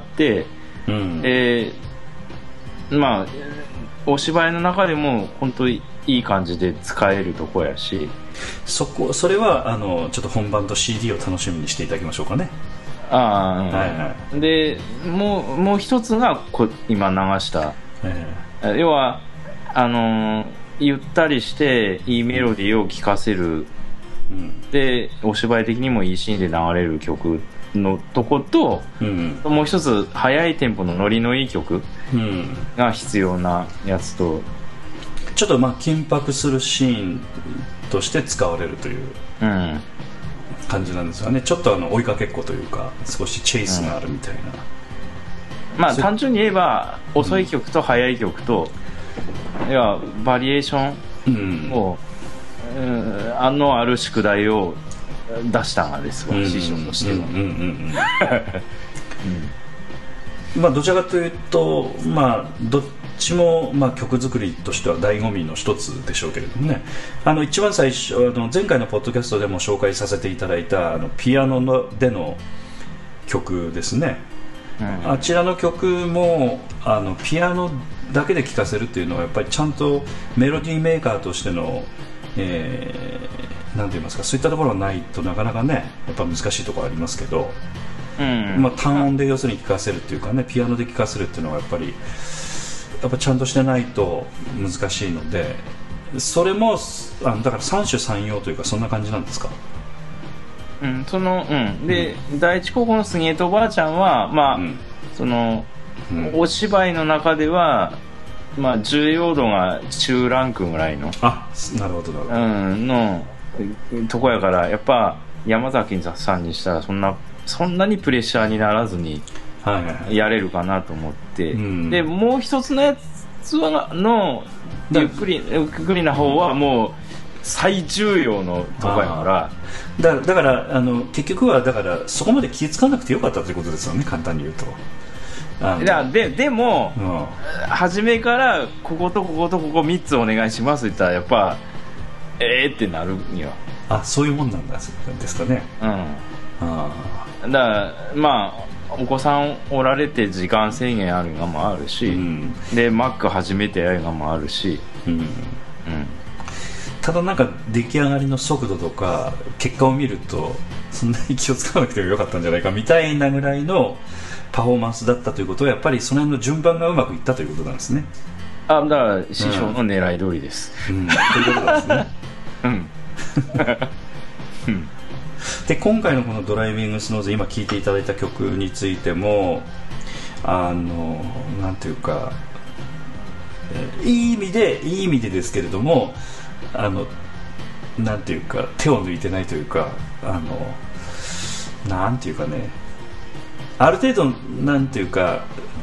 うん、でまあお芝居の中でも本当にいい感じで使えるとこやし、 そこそれはあのちょっと本番と シーディー を楽しみにしていただきましょうかね。 あ、はいはい、でもう、もう一つがこ今流した、えー、要はあのー、ゆったりしていいメロディーを聴かせる、うん、でお芝居的にもいいシーンで流れる曲のとこと、うん、もう一つ速いテンポのノリのいい曲が必要なやつと、うん、 ちょっとまあ緊迫するシーンとして使われるという、うん感じなんですよね。ちょっとあの追いかけっこというか少しチェイスがあるみたいな、 うん、まあ単純に言えば遅い曲と速い曲と、うん、いやバリエーションを、うんうん、あのある宿題を出したがですわ、うん、師匠としては。 まあどちらかというとまあどっちもまあ曲作りとしては醍醐味の一つでしょうけれどもね。あの一番最初あの前回のポッドキャストでも紹介させていただいたあのピアノのでの曲ですね、うん、あちらの曲もあのピアノだけで聴かせるっていうのはやっぱりちゃんとメロディーメーカーとしての、えー、なんて言いますかそういったところがないとなかなかねやっぱ難しいところありますけど、うんまあ、単音で要するに聴かせるっていうかねピアノで聴かせるっていうのはやっぱりやっぱちゃんとしてないと難しいのでそれもあのだから三種三様というかそんな感じなんですか。 うんそのうんで、うん、第一高校の杉江とおばあちゃんはまあ、うん、その、うん、お芝居の中ではまあ重要度が中ランクぐらいのあなるほどなるほど、 うん、のとこやからやっぱ山崎さんにしたらそんなそんなにプレッシャーにならずにやれるかなと思って、はいはいはい、でもう一つのやつのゆっくりゆっくりな方はもう最重要のとこやからだ, だからあの結局はだからそこまで気付かなくてよかったということですよね簡単に言うと。 いや で, でも、うん、初めからこことこことここみっつお願いしますって言ったらやっぱえーってなるにはあそういうもんなんですかね。うんあだからまあお子さんおられて時間制限あるのもあるし、うん、でマック初めてやるのもあるし、うんうん、 ただなんか出来上がりの速度とか結果を見るとそんなに気をつかなくてもよかったんじゃないかみたいなぐらいのパフォーマンスだったということはやっぱりその辺の順番がうまくいったということなんですね。 あだから師匠の狙い通りです、うんうん、ということですねうんうんで今回のこのドライビングスノーズ今聴いていただいた曲についてもあのなんていうかいい意味でいい意味でですけれどもあのなんていうか手を抜いてないというかあのなんていうかねある程度なんていうか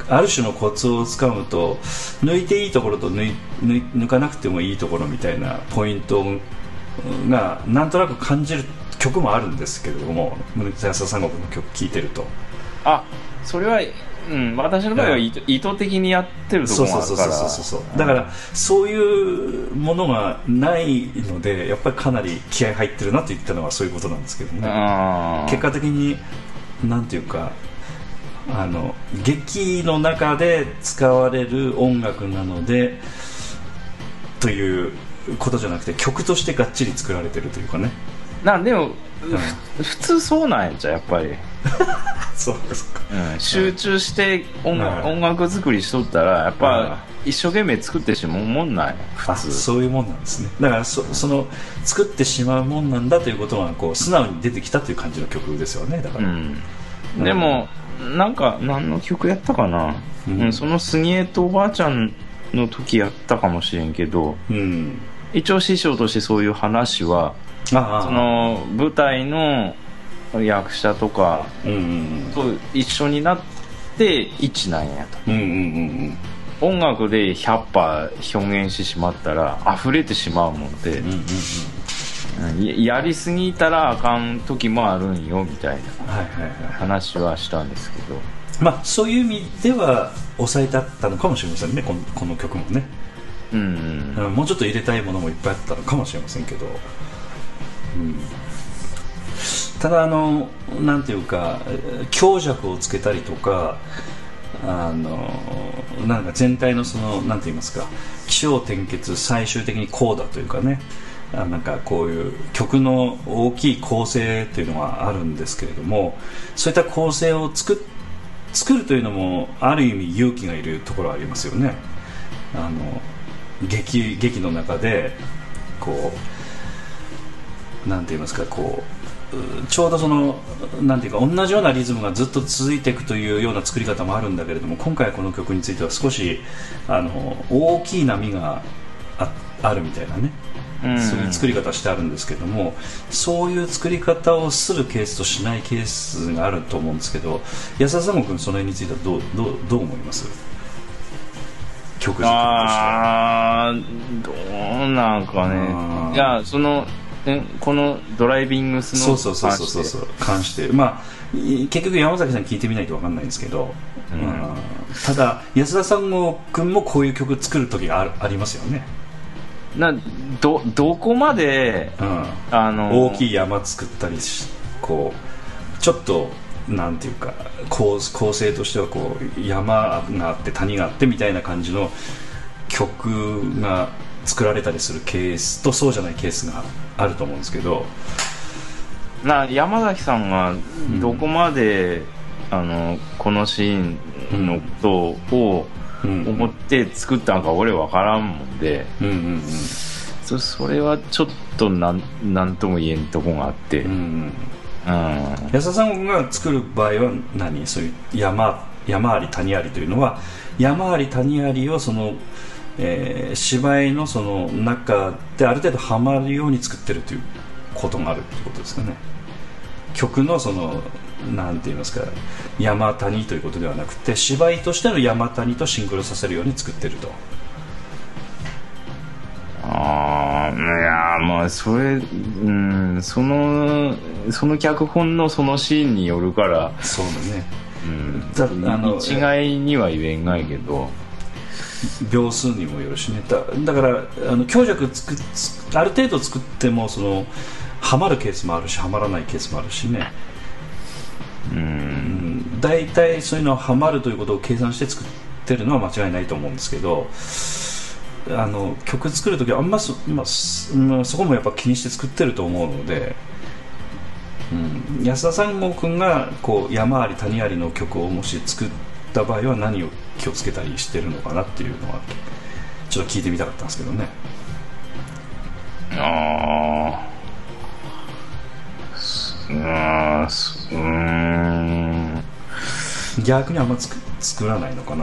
ある種のコツをつかむと抜いていいところと 抜, い抜, 抜かなくてもいいところみたいなポイントがなんとなく感じる曲もあるんですけれども、安田三国の曲聴いてると、 あ、それは、うん、私の場合は意図、意図的にやってるところもあるから、 そうそうそうそう、だからそういうものがないのでやっぱりかなり気合入ってるなと言ったのはそういうことなんですけどね。結果的になんていうか、あの劇の中で使われる音楽なのでということじゃなくて、曲としてがっちり作られてるというかね。 なんでも、うん、普通そうなんやじゃやっぱりそうですか、 うん、集中して音楽、うん、音楽作りしとったらやっぱ一生懸命作ってしまうもんない、普通。 そういうもんなんですね。だから そ, その作ってしまうもんなんだということがこう素直に出てきたという感じの曲ですよね。だから、 うんうん、でもなんか何の曲やったかな、うんうん、その杉江とおばあちゃんの時やったかもしれんけど、うん、一応師匠としてそういう話は、ああ、その舞台の役者とかと一緒になって一なんやと、うんうんうんうん、音楽でひゃっパーセント表現してしまったら溢れてしまうもんで、うんうんうん、や, やりすぎたらあかん時もあるんよみたいな話はしたんですけど、 まあそういう意味では抑えてあったのかもしれませんね、こ の, この曲もね、うんうん、もうちょっと入れたいものもいっぱいあったのかもしれませんけど、うん、ただあのなんていうか強弱をつけたりとか、あのなんか全体のそのなんて言いますか、起承転結最終的にこうだというかね、なんかこういう曲の大きい構成というのはあるんですけれども、そういった構成を作っ作るというのもある意味勇気がいるところはありますよね。あの 劇, 劇の中でこうなんて言いますか、こうちょうどそのなんていうか同じようなリズムがずっと続いていくというような作り方もあるんだけれども、今回この曲については少しあの大きい波が あ, あるみたいなね、うん、そういう作り方してあるんですけども、そういう作り方をするケースとしないケースがあると思うんですけど、安田三郷君その辺についてはどう、どう、どう思います？曲作りとしては。 あー、どうなんかね。いや、そのこのドライビングスのそうそうそうそうそう関して、まあ結局山崎さん聞いてみないと分かんないんですけど、うん、ただ安田三郷君もこういう曲作る時が あ, ありますよね。 な ど, どこまで、うん、 あの大きい山作ったりし、こうちょっとなんていうか 構, 構成としてはこう山があって谷があってみたいな感じの曲が作られたりするケースとそうじゃないケースがあると思うんですけど、 な山崎さんがどこまで、うん、あのこのシーンのことを思って作ったのか俺分からんもんで、うんうんうん、そ, それはちょっとなんなんとも言えんとこがあって、うんうんうん、安田さんが作る場合は何、そういう 山, 山あり谷ありというのは山あり谷ありをそのえー、芝居 の, その中である程度はまるように作ってるということがあるということですかね。曲のそのなんて言いますか、山谷ということではなくて芝居としての山谷とシンクロさせるように作ってると。 ああ、いやまあそれ、うん、そのその脚本のそのシーンによるから、 そうだね、 うん、だあの一概には言えんがいけど、 秒数にもよるしね。 だ, だからあの強弱つくつある程度作ってもそのはまるケースもあるしはまらないケースもあるしね。うん、だいたいそういうのははまるということを計算して作ってるのは間違いないと思うんですけど、あの曲作るときはあんま そ,、まあ、そこもやっぱ気にして作ってると思うので、うん、安田三郷君がこう山あり谷ありの曲をもし作った場合は何を気をつけたりしてるのかなっていうのはちょっと聞いてみたかったんですけどね。 ああ、うーん、 逆にあんまつく作らないのかな。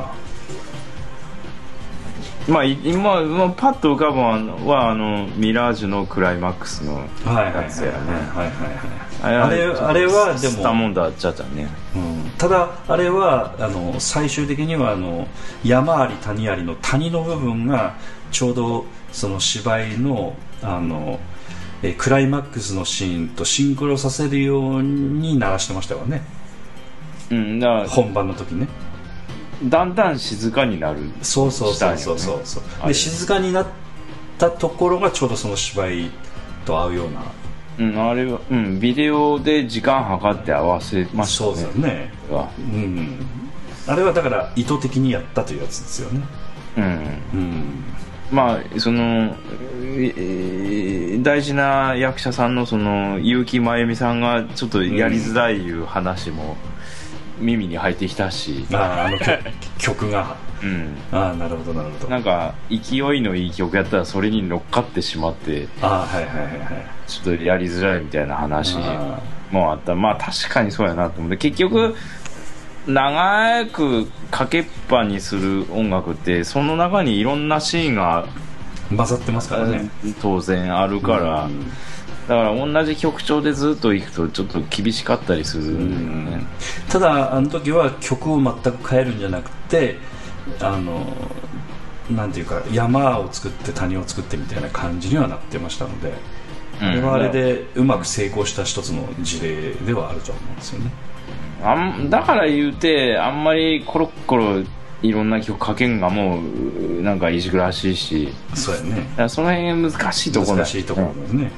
まあ今、まあ、パッと浮かぶのはあのミラージュのクライマックスのやつやね。 あれあれはでもスタモンダーチャチャね、 うん、 ただあれはあの最終的にはあの山あり谷ありの谷の部分がちょうどその芝居のあのえクライマックスのシーンとシンクロさせるように鳴らしてましたよね、 うん、だから本番の時ね。 だんだん静かになる、 そうそうそうそうそうそう、で静かになったところがちょうどその芝居と合うような、 うん、あれは、うん、ビデオで時間計って合わせましたね。 そうですね、うん、あれはだから意図的にやったというやつですよね。 うん、うん、まあその、えー、大事な役者さんのその結城真由美さんがちょっとやりづらいいう話も耳に入ってきたし、うん、 ああの曲が、うん、ああなるほどなるほど、 なんか勢いのいい曲やったらそれに乗っかってしまって、 ああはいはいはいはい、 ちょっとやりづらいみたいな話もあった。まあ確かにそうやなと思って、結局長くかけっぱにする音楽ってその中にいろんなシーンが混ざってますからね、 当然あるから、うん、だから同じ曲調でずっといくとちょっと厳しかったりするんだよね、 うん、ただあの時は曲を全く変えるんじゃなくて、あのなんていうか山を作って谷を作ってみたいな感じにはなってましたので、うん、あれはあれでうまく成功した一つの事例ではあると思うんですよね。 あんだから言うてあんまりコロッコロいろんな曲かけんがもうなんかいじくらしいし、 そうやね、だからその辺難しいところ難しいところですね、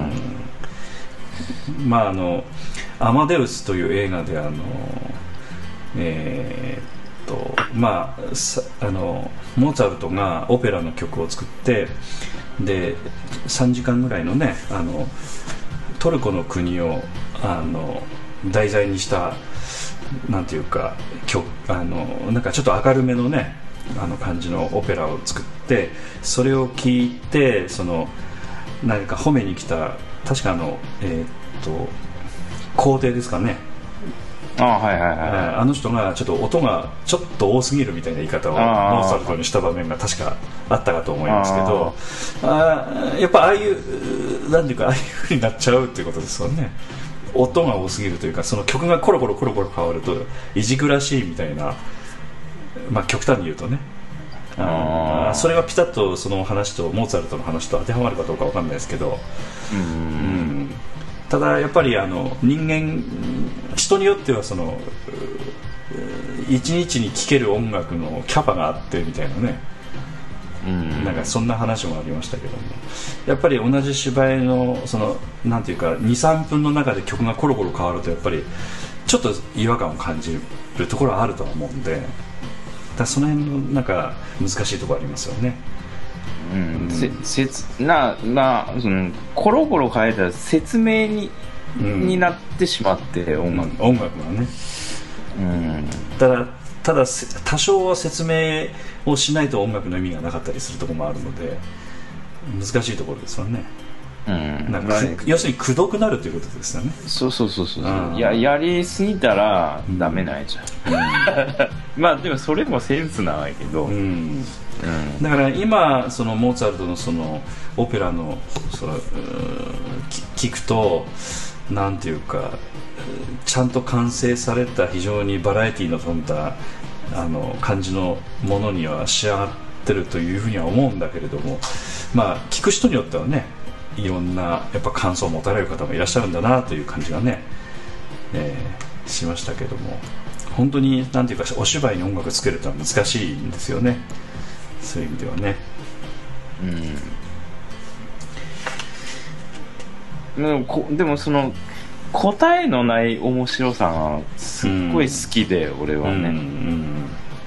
うんうん、まああのアマデウスという映画であのえー、っとまあさあのモーツァルトがオペラの曲を作ってでさんじかんぐらいのねあのトルコの国をあの題材にしたなんていうか曲あのなんかちょっと明るめのねあの感じのオペラを作って、それを聞いてその何か褒めに来た確かあのえー、っと皇帝ですかね、 あはいはいはい、 あの人がちょっと音がちょっと多すぎるみたいな言い方をモーツァルトにした場面が確かあったかと思いますけど、あやっぱああいうなんていうかああいう風になっちゃうっていうことですよね。音が多すぎるというか、その曲がコロコロコロコロ変わるといじくらしいみたいな、まあ極端に言うとね、あそれがピタッとその話とモーツァルトの話と当てはまるかどうかわかんないですけど、うんうん、ただやっぱりあの人間人によってはその一日に聴ける音楽のキャパがあってみたいなね、うん、なんかそんな話もありましたけども、やっぱり同じ芝居のそのなんていうか にさんぷんの中で曲がコロコロ変わるとやっぱりちょっと違和感を感じるところはあるとは思うんで、だその辺のなんか難しいところありますよね。 うん、せせななそのコロコロ変えたら説明に、うん、になってしまって音楽、 うん、音楽がね、うん、ただただ多少は説明をしないと音楽の意味がなかったりするところもあるので難しいところですよね、うん、なんか要するにくどくなるということですよね。 そうそうそうそう、うん、や, やりすぎたらダメなんじゃん、うん、まあでもそれもセンスなんやけど、うんうん、 だから今そのモーツァルトのそのオペラのその聞くとなんていうかちゃんと完成された非常にバラエティの富んだあの感じのものには仕上がってるというふうには思うんだけれども、まあ聞く人によってはねいろんなやっぱ感想を持たれる方もいらっしゃるんだなという感じがね、えー、しましたけども、本当になんていうかお芝居に音楽つけるとは難しいんですよね、そういう意味ではね。 うん、でもこでもその答えのない面白さがすっごい好きで、うん、俺はね、うんうん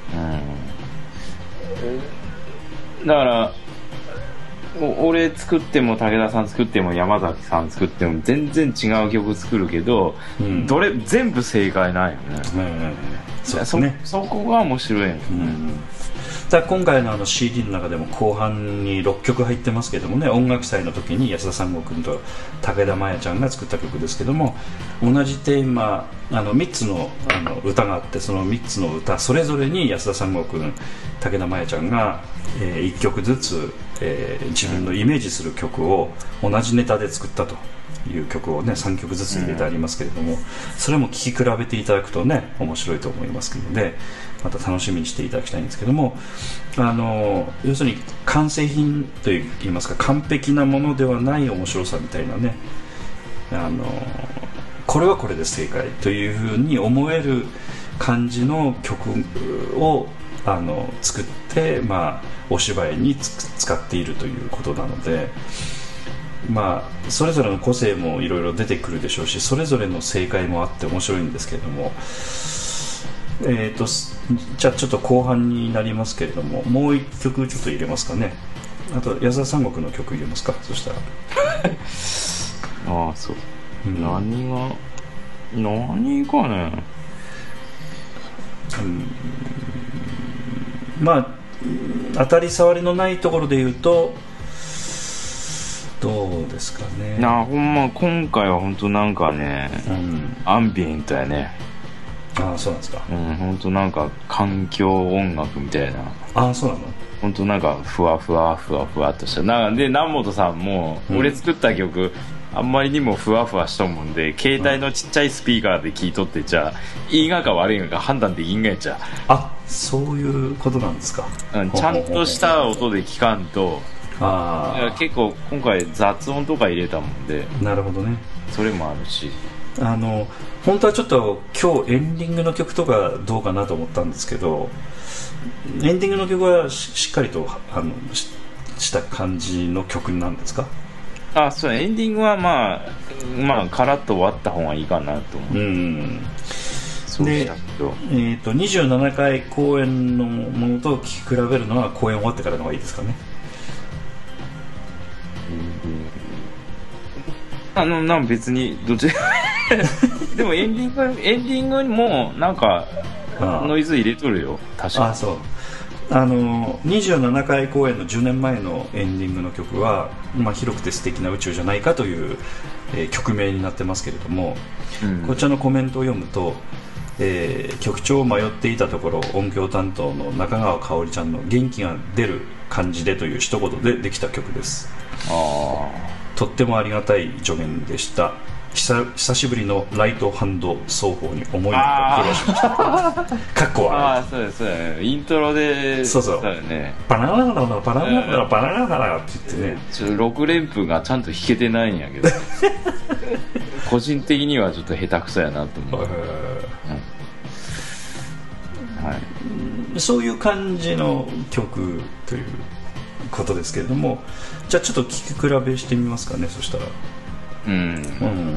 うん、だから俺作っても武田さん作っても山崎さん作っても全然違う曲作るけど、うん、どれ全部正解なんよね、うんうん、そうですね、そ, そこが面白いよね、うん、 だ今回のあの シーディー の中でも後半にろっきょく入ってますけどもね、音楽祭の時に安田三郷君と武田真弥ちゃんが作った曲ですけども、同じテーマあのみっつ の, あの歌があって、そのみっつの歌それぞれに安田三郷君武田真弥ちゃんが、えー、いっきょくずつ、えー、自分のイメージする曲を同じネタで作ったという曲をねさんきょくずつ入れてありますけれども、うん、それも聴き比べていただくとね面白いと思いますので、また楽しみにしていただきたいんですけども、あの要するに完成品といいますか完璧なものではない面白さみたいなね、あのこれはこれで正解というふうに思える感じの曲をあの作って、まあ、お芝居に使っているということなので、まあ、それぞれの個性もいろいろ出てくるでしょうし、それぞれの正解もあって面白いんですけれども、えーと、じゃあちょっと後半になりますけれども、もう一曲ちょっと入れますかね。あと矢沢三国の曲入れますか。そしたらああそう、うん、何が何かね、 うん、まあ当たり障りのないところで言うとどうですかね。 なほんま今回は本当なんかね、うん、アンビエントやね。 ああそうなんですか。 うん本当なんか環境音楽みたいな。 ああそうなの。 本当なんかふわふわふわふわっとしたなんで南本さんも俺作った曲、うん、あんまりにもふわふわしとんもんで携帯のちっちゃいスピーカーで聴いとってじゃあいいがか悪いがか判断できんがやっちゃ。 あそういうことなんですか。 うんちゃんとした音で聴かんと。あ結構今回雑音とか入れたもんで。 なるほどね。 それもあるし、 あの本当はちょっと今日エンディングの曲とかどうかなと思ったんですけど、エンディングの曲は し, しっかりとあの し, した感じの曲なんですか。 あそうエンディングはまあまあカラッと終わった方がいいかなと思う。うんそうで、えー、とにじゅうななかい公演のものと聴き比べるのは公演終わってからの方がいいですかね。 あのなん別にどっちでもエンディングエンディングにもなんかノイズ入れとるよ確かに。 あそうあのにじゅうななかい公演のじゅうねんまえのエンディングの曲は、まあ、広くて素敵な宇宙じゃないかという、えー、曲名になってますけれども、うん、こちらのコメントを読むと、えー、曲調を迷っていたところ音響担当の中川香織ちゃんの元気が出る感じでという一言でできた曲です。あとってもありがたい助言でした。久, 久しぶりのライトハンド奏法に思いが広しましたかっこはあそうですそうです。イントロでそうそうだよね。 パララララパラララパラララって言ってね、 ちょっとろく連符がちゃんと弾けてないんやけど個人的にはちょっと下手くそやなと思う、 うんはい、そういう感じの曲ということですけれども、じゃあちょっと聴き比べしてみますかね。そしたらうん、うん、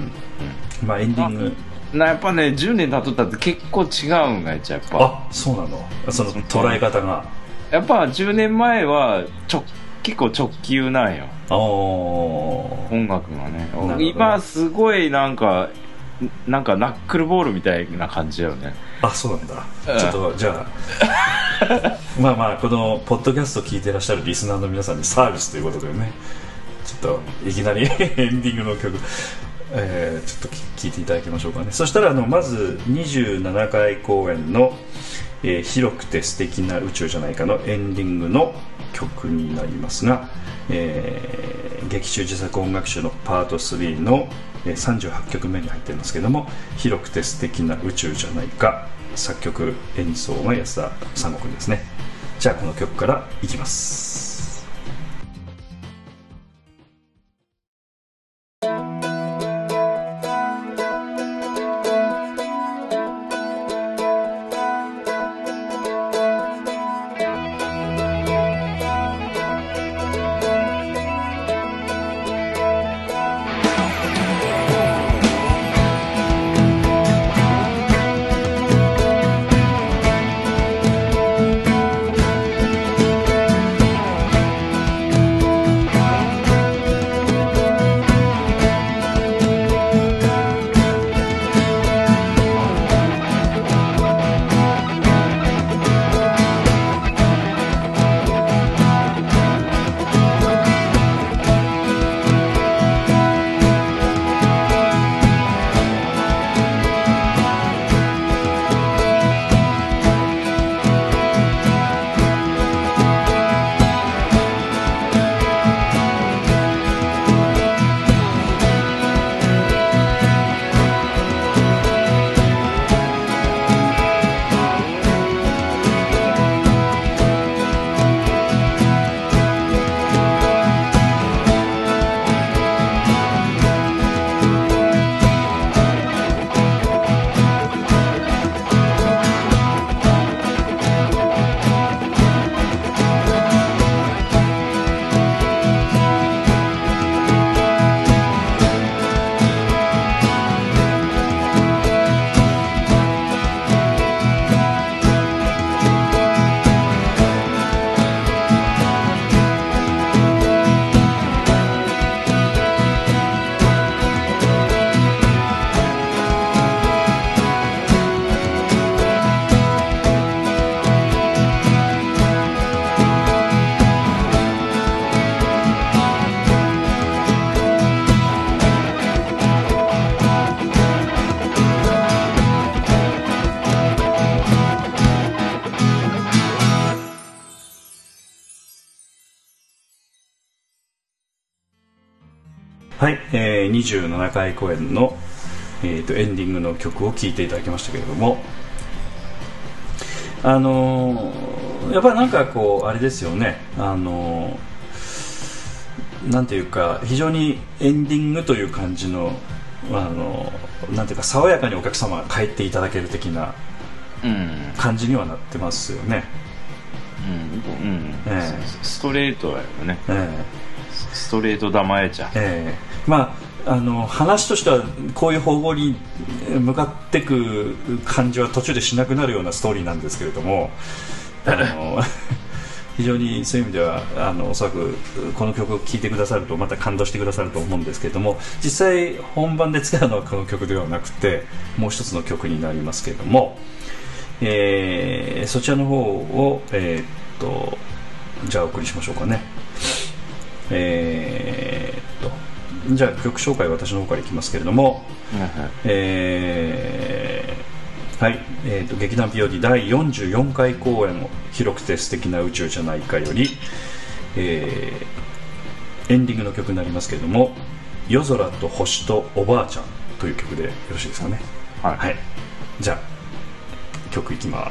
まあエンディングなやっぱねじゅうねん経っとったって結構違うんがやっちゃやっぱ。 あそうなの。その捉え方がやっぱじゅうねんまえはちょ結構直球なんよ音楽がね。今すごいなんかなんかナックルボールみたいな感じだよね。 あそうなんだ、うん、ちょっとじゃあまあまあこのポッドキャスト聞いてらっしゃるリスナーの皆さんにサービスということでね、ちょっといきなりエンディングの曲、えー、ちょっと聴いていただきましょうかね。そしたらあのまずにじゅうななかい公演の、えー、広くて素敵な宇宙じゃないかのエンディングの曲になりますが、えー、劇中自作音楽集のパートスリーのさんじゅうはちきょくめに入っていますけれども、広くて素敵な宇宙じゃないか、作曲演奏が安田三国ですね。じゃあこの曲からいきます。 はい、えー、にじゅうななかい公演の、えー、とエンディングの曲を聴いていただきましたけれども、あのー、やっぱりなんかこうあれですよね、あのー、なんていうか非常にエンディングという感じの、あのー、なんていうか爽やかにお客様が帰っていただける的な感じにはなってますよね。 うんうん、えー、ストレートだよね、えー、ストレート玉えちゃん、 えー、まああの話としてはこういう方向に向かっていく感じは途中でしなくなるようなストーリーなんですけれどもあの非常にそういう意味ではあのおそらくこの曲を聴いてくださるとまた感動してくださると思うんですけれども、実際本番で使うのはこの曲ではなくてもう一つの曲になりますけれども、えー、そちらの方を、えー、っとじゃあお送りしましょうかね。えー、っとじゃあ曲紹介は私の方からいきますけれども、えーはいえー、と劇団 ピーオーディー だいよんじゅうよんかい公演を広くて素敵な宇宙じゃないかより、えー、エンディングの曲になりますけれども、夜空と星とおばあちゃんという曲でよろしいですかね。はい、はい、じゃあ曲いきます。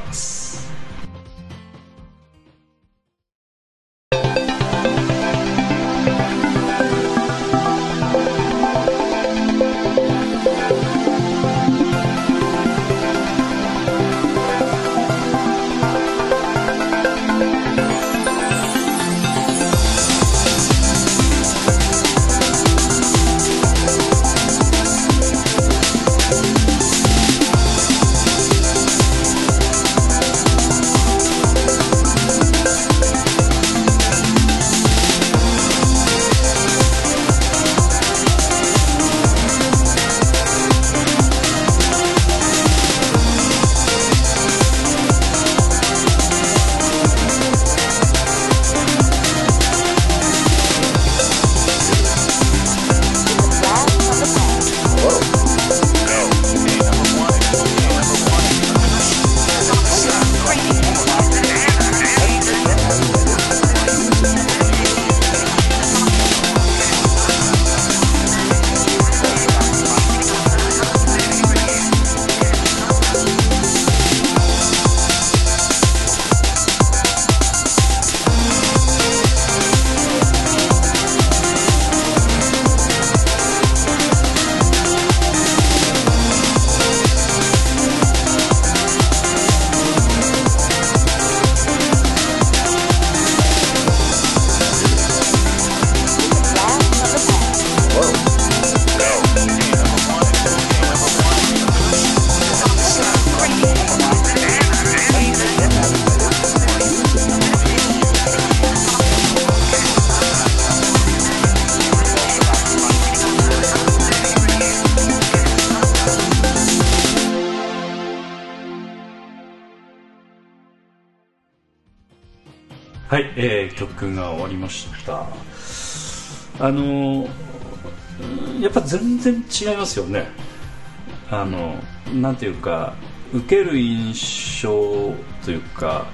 はい、えー、曲が終わりました。あのやっぱ全然違いますよね。あのなんていうか受ける印象というか、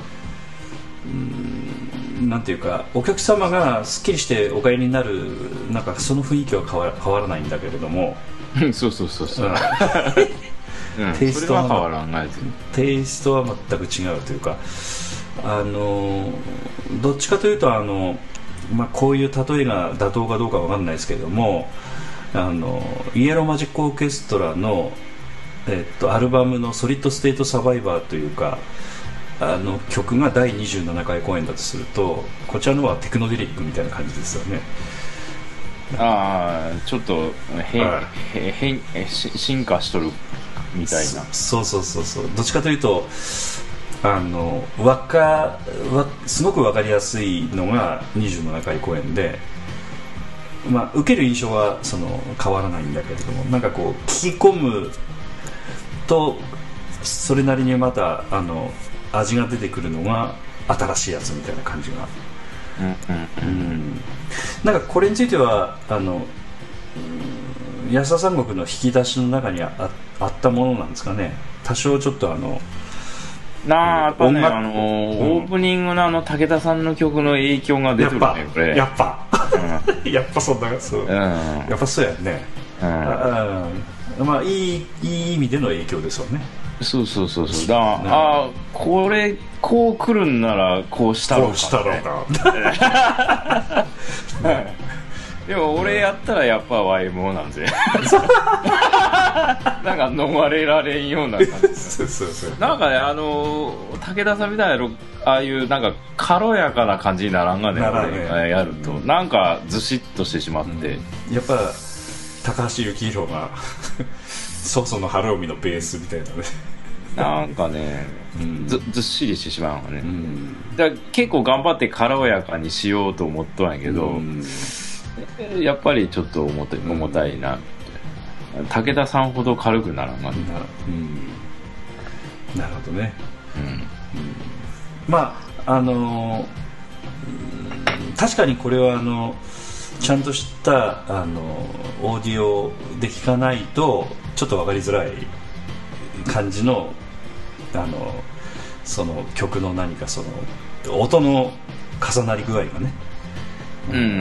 うん、なんていうかお客様がすっきりしてお帰りになるなんかその雰囲気は変わ、変わらないんだけれどもそうそうそうそう、うん、 テイストは変わらないですね。 テイストは全く違うというか、あのどっちかというとあの、まあ、こういう例えが妥当かどうかわかんないですけれども、あのイエローマジックオーケストラの、えっと、アルバムのソリッドステートサバイバーというかあの曲がだいにじゅうななかい公演だとすると、こちらのはテクノデリックみたいな感じですよね。 ああちょっと変、はい、変進化しとるみたいな。 そうそうそうそう、どっちかというとあのわかわすごく分かりやすいのがにじゅうななかい公演で、まあ、受ける印象はその変わらないんだけれども、なんかこう聞き込むとそれなりにまたあの味が出てくるのが新しいやつみたいな感じが、うんうんうん、なんかこれについてはあの安田三国の引き出しの中に あ, あったものなんですかね。多少ちょっとあのなあやっぱね、あのーうん、オープニングのあの武田さんの曲の影響が出てるねこれ。 やっぱ、うん、 やっぱそんなそう、うん、やっぱそうやね、うん、あまあいいいい意味での影響ですよね。 そうそうそうそうだから、うん、あこれこう来るんならこうしたろうか、ね、こうしたろうかでも俺やったらやっぱ ワイエムオー なんぜなんか逃れられんような感じそうそうそうなんかねあの武田さんみたいなああいうなんか軽やかな感じにならんがね俺がやると、うん、なんかずしっとしてしまって、 うん、やっぱ高橋幸宏がソーソの春臣のベースみたいなねなんかね、うん、ず, ずっしりしてしまうのね、うん、だから結構頑張って軽やかにしようと思っとんやけど、うん、やっぱりちょっと重たい、重たいなって、うん、武田さんほど軽くならんが、ねうん、なるほどね、うんうん、まああのー、確かにこれはあのちゃんとしたあのオーディオで聞かないとちょっと分かりづらい感じのあのその曲の何かその音の重なり具合がね、 うんうん、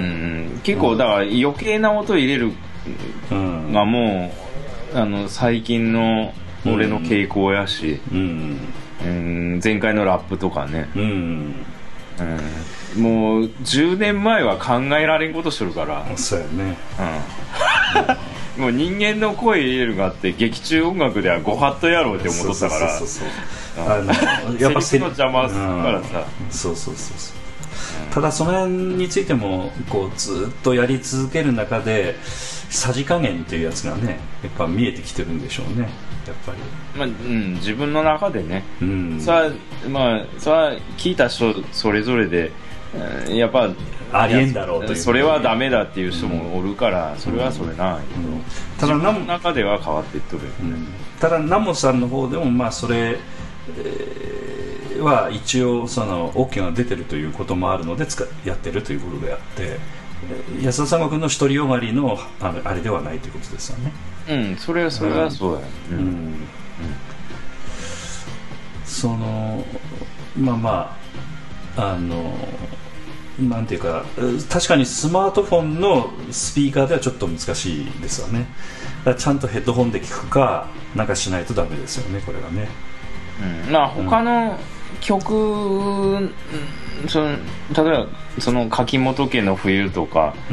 結構だから余計な音入れるがもう、うん、あの最近の俺の傾向やし、うんうん、前回のラップとかね、うんうん、もうじゅうねんまえは考えられんことしとるから。 そうやね、 うん、もう人間の声入れるがあって劇中音楽ではご法度やろうって思っとったからやっぱセリフの邪魔するからさ、 うん、そうそうそうそう、うん、ただその辺についてもこうずっとやり続ける中でさじ加減っていうやつがねやっぱ見えてきてるんでしょうねやっぱり、 まあうん、自分の中でね、うん、それはまあそれは聞いた人それぞれでやっぱありえんだろうという、ね、 それはダメだっていう人もおるから、うん、それはそれなんやけど、うん、ただ自分の中では変わっていっとるよね、うん、 ただ南本さんの方でもまあそれ、えー、は一応その OK が出てるということもあるので使やってるということであって安田三国の独りよがり の, あのあれではないということですよね。 うんそれはそれはそうだよ、うんうんうん、 そのまあまああのなんていうか確かにスマートフォンのスピーカーではちょっと難しいですよね。だからちゃんとヘッドホンで聞くかなんかしないとダメですよねこれはね、 うん、まあ他の曲、うん、その例えばその柿本家の冬とか、うん、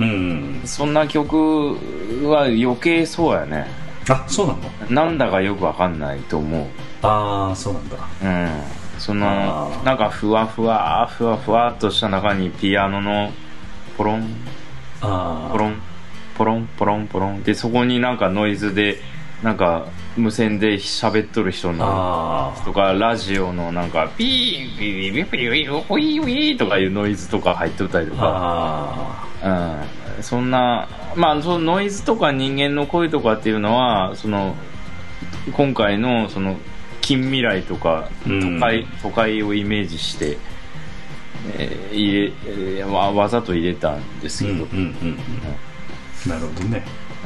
そんな曲は余計そうやね。 あそうなのなんだかよくわかんないと思う。 ああそうなんだ。 うんそのなんかふわふわふわふわっとした中にピアノのポロンあポロンポロンポロンポロンでそこになんかノイズでなんか無線で喋っとる人のとかラジオのなんかピーピーピーピーピーピーピーとかいうノイズとか入っとったりとか、うん、そんなまあそのノイズとか人間の声とかっていうのはその今回のその近未来とか都会、うん、都会をイメージして、えー入れえー、わ, わざと入れたんですけど、うんうんうんうん、 なるほどね、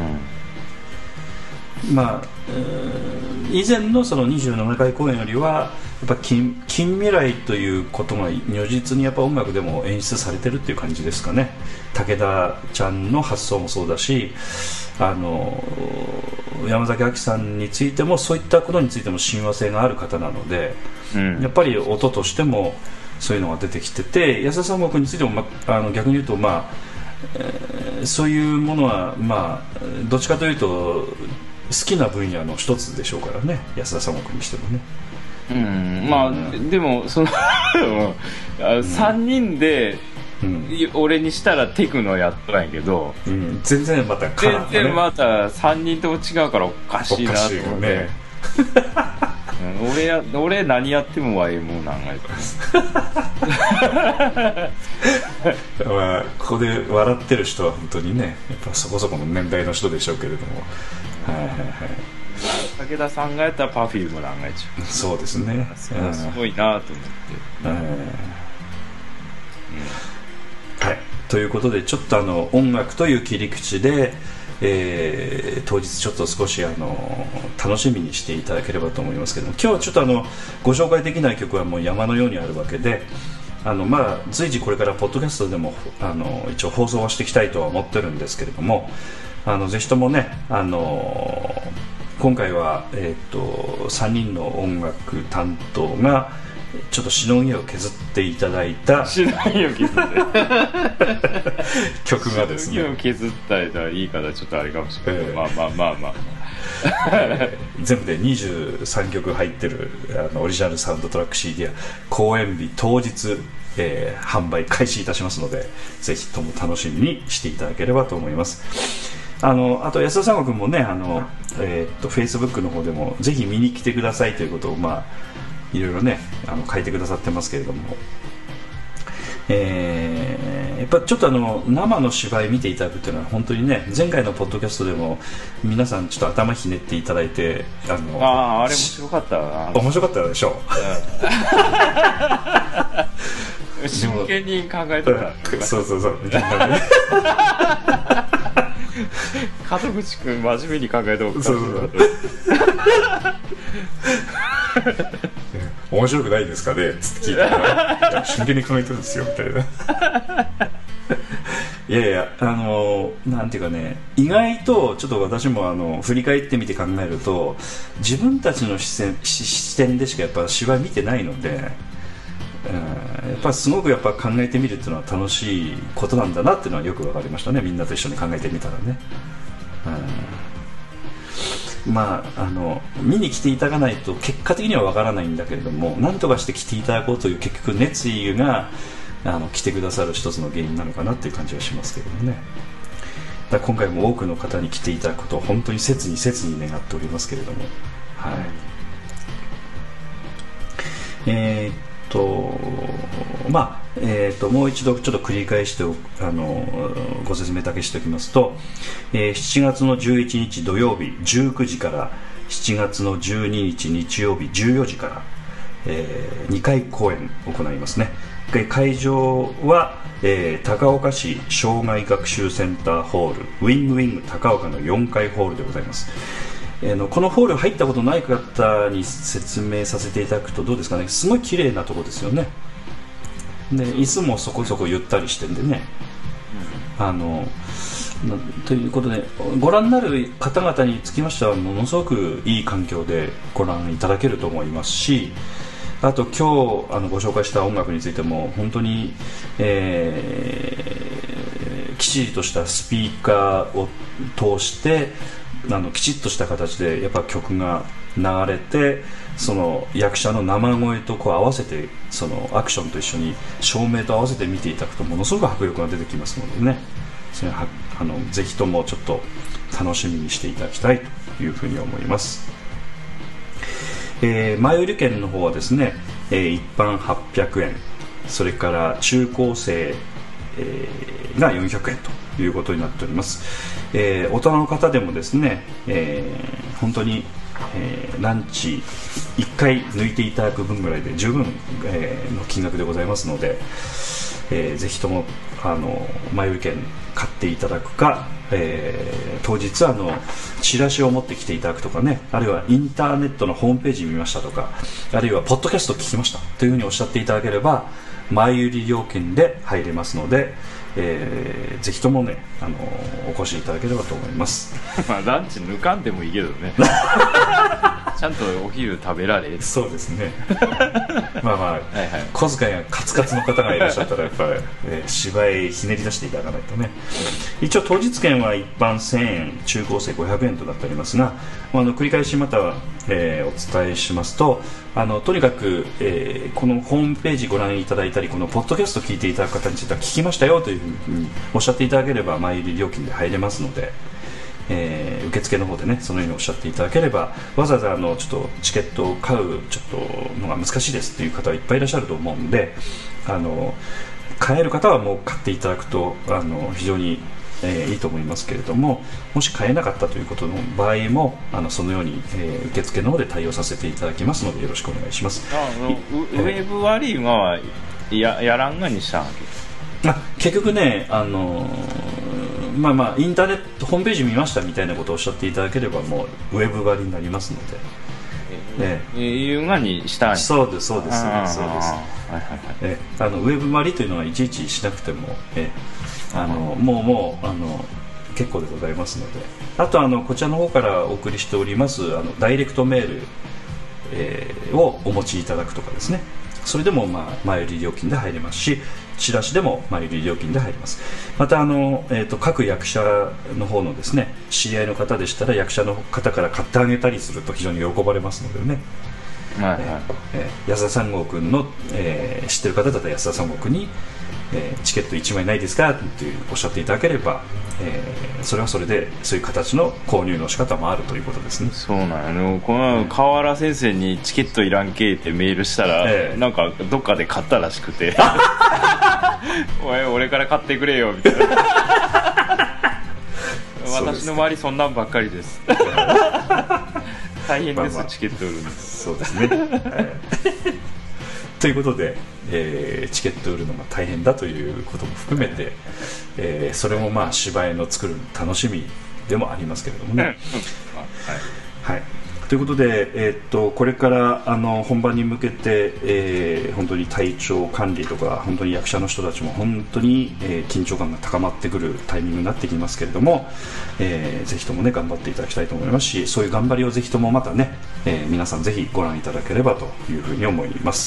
うん、まあ、えー、以前のそのにじゅうななかい公演よりはやっぱ 近, 近未来ということが如実にやっぱ音楽でも演出されてるっていう感じですかね。武田ちゃんの発想もそうだしあの山崎亜紀さんについてもそういったことについても親和性がある方なので、うん、やっぱり音としてもそういうのが出てきてて安田三国についても、ま、あの逆に言うと、まあえー、そういうものは、まあ、どっちかというと好きな分野の一つでしょうからね安田三国にしてもね。 うんまあ、うん、でもそのさんにんで、うん、俺にしたらテクノやったんやけど、 うん、全然またカラーがね、 全然またさんにんとも違うからおかしいなと思って、ねうん、俺, や俺何やっても ワイエムオー なんやまあここで笑ってる人は本当にねやっぱそこそこの年代の人でしょうけれども、はいはいはい武田さんがやったら パフューム なんが一応そうですねすごいなと思って、うんうんはい、ということでちょっとあの音楽という切り口で、えー、当日ちょっと少しあの楽しみにしていただければと思いますけども今日はちょっとあのご紹介できない曲はもう山のようにあるわけで、 あのまあ、随時これからポッドキャストでもあの一応放送はしていきたいとは思ってるんですけれども、あのぜひともね、あの今回は、えー、とさんにんの音楽担当がちょっとしのぎを削っていただいたしのぎを削って曲がですね、 しのぎを削ったりとは言い方ちょっとあれかもしれない、えー、まあまあまあまあ全部でにじゅうさんきょく入ってるあのオリジナルサウンドトラック シーディー は公演日当日、えー、販売開始いたしますので、ぜひとも楽しみにしていただければと思います。あのあと安田三悟君もね、あの、えー、っと Facebook の方でもぜひ見に来てくださいということを、まあ、いろいろねあの書いてくださってますけれども、えー、やっぱちょっとあの生の芝居見ていただくっていうのは本当にね、前回のポッドキャストでも皆さんちょっと頭ひねっていただいて、 あのあああれ面白かったな。 面白かったでしょう真剣に考えてた。 そうそうそう門口君真面目に考えておく。 そうそう面白くないですかねつって聞いたら真剣に考えてるんですよみたいないやいや、あのなんていうかね、意外とちょっと私もあの振り返ってみて考えると、自分たちの視線、視点でしかやっぱ芝居見てないので、うん、やっぱすごくやっぱ考えてみるっていうのは楽しいことなんだなっていうのはよく分かりましたね。みんなと一緒に考えてみたらね、うん、まああの見に来ていただかないと結果的には分からないんだけれども、なんとかして来ていただこうという結局熱意があの来てくださる一つの原因なのかなっていう感じはしますけどね。だ今回も多くの方に来ていただくことを本当に切に切に願っておりますけれども、はい、えー、っとまあえー、っともう一度ちょっと繰り返してあのご説明だけしておきますと、えー、しちがつのじゅういちにち土曜日じゅうくじからしちがつのじゅうににち日曜日じゅうよじから、えー、にかい公演を行いますね。会場は、えー、高岡市障害学習センターホールウィングウィング高岡のよんかいホールでございます。えー、のこのホール入ったことない方に説明させていただくとどうですかね。すごい綺麗なところですよね。で椅子もそこそこゆったりしてんでね、うん、あのということでご覧になる方々につきましてはものすごくいい環境でご覧いただけると思いますし、あと今日あのご紹介した音楽についても本当に、えー、きちりとしたスピーカーを通してあのきちっとした形でやっぱ曲が流れて、その役者の生声とこう合わせてそのアクションと一緒に照明と合わせて見ていただくとものすごく迫力が出てきますのでね、それはあのぜひともちょっと楽しみにしていただきたいというふうに思います。えー、前売り券の方はですね、えー、一般はっぴゃくえん、それから中高生、えー、がよんひゃくえんということになっております。えー、大人の方でもですね、えー、本当に、えー、ランチいっかい抜いていただく分ぐらいで十分、えー、の金額でございますので、えー、ぜひともあの前売り券買っていただくか、えー、当日あのチラシを持ってきていただくとかね、あるいはインターネットのホームページ見ましたとか、あるいはポッドキャスト聞きましたというふうにおっしゃっていただければ前売り料金で入れますので、えー、ぜひともね、あのお越しいただければと思いますまあランチ抜かんでもいいけどねちゃんとお昼食べられ。 そうですねまあまあ、はいはい、小遣いがカツカツの方がいらっしゃったらやっぱり、えー、芝居ひねり出していただかないとね。一応当日券は一般せんえん、中高生ごひゃくえんとなっておりますが、あの繰り返しまた、えー、お伝えしますと、あのとにかく、えー、このホームページご覧いただいたりこのポッドキャスト聞いていただく方については聞きましたよというふうにおっしゃっていただければ前売り料金で入れますので、えー、受付の方でねそのようにおっしゃっていただければ、わざわざあのちょっとチケットを買うちょっとのが難しいですっていう方はいっぱいいらっしゃると思うんで、あの買える方はもう買っていただくとあの非常に、えー、いいと思いますけれども、もし買えなかったということの場合もあのそのように、えー、受付の方で対応させていただきますのでよろしくお願いします。 あのウェブ割りはや, やらんがにしたわけ。 あ結局ね、あのまあまあインターネットホームページ見ましたみたいなことをおっしゃっていただければもうウェブ割りになりますので、 ええいうがにしたい。 そうですそうですそうです、 はいはいはい、 えあのウェブマリというのはいちいちしなくても、えあのもうもうあの結構でございますので、あとあのこちらの方からお送りしておりますあのダイレクトメール、えー、をお持ちいただくとかですね、それでも、まあ、前売り料金で入れますし、チラシでも前売り料金で入ります。またあの、えー、と各役者の方のですね、知り合いの方でしたら役者の方から買ってあげたりすると非常に喜ばれますのでね、 はいはい、 えー、安田三郷君の、えー、知ってる方だったら安田三郷君に、えー、チケットいちまいないですかっておっしゃっていただければ、えー、それはそれでそういう形の購入の仕方もあるということですね。そうなんやね。この河原先生にチケットいらんけってメールしたら、えー、なんかどっかで買ったらしくておい俺から買ってくれよみたいな私の周りそんなんばっかりです大変です、まあまあ、チケット売るんです。 そうですね、はい、ということで、えー、チケット売るのが大変だということも含めて、えー、それもまあ芝居の作る楽しみでもありますけれどもね、はい、はい、ということで、えー、っとこれからあの本番に向けて、えー、本当に体調管理とか本当に役者の人たちも本当に、えー、緊張感が高まってくるタイミングになってきますけれども、えー、ぜひともね頑張っていただきたいと思いますし、そういう頑張りをぜひともまたね、えー、皆さんぜひご覧いただければというふうに思います。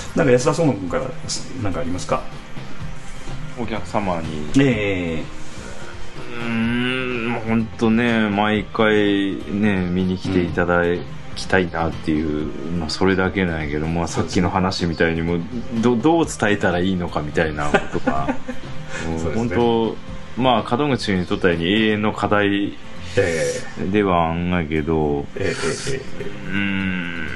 なんか安田総君から何かありますか？ お客様に、 えー、 うーん本当ね毎回ね見に来ていただきたいなっていう、うん、まあ、それだけなんやけど、まあ、さっきの話みたいにも ど, どう伝えたらいいのかみたいなことがもう本当、まあ門口にとったように永遠の課題ではあんがけど、えーえーえー、うーん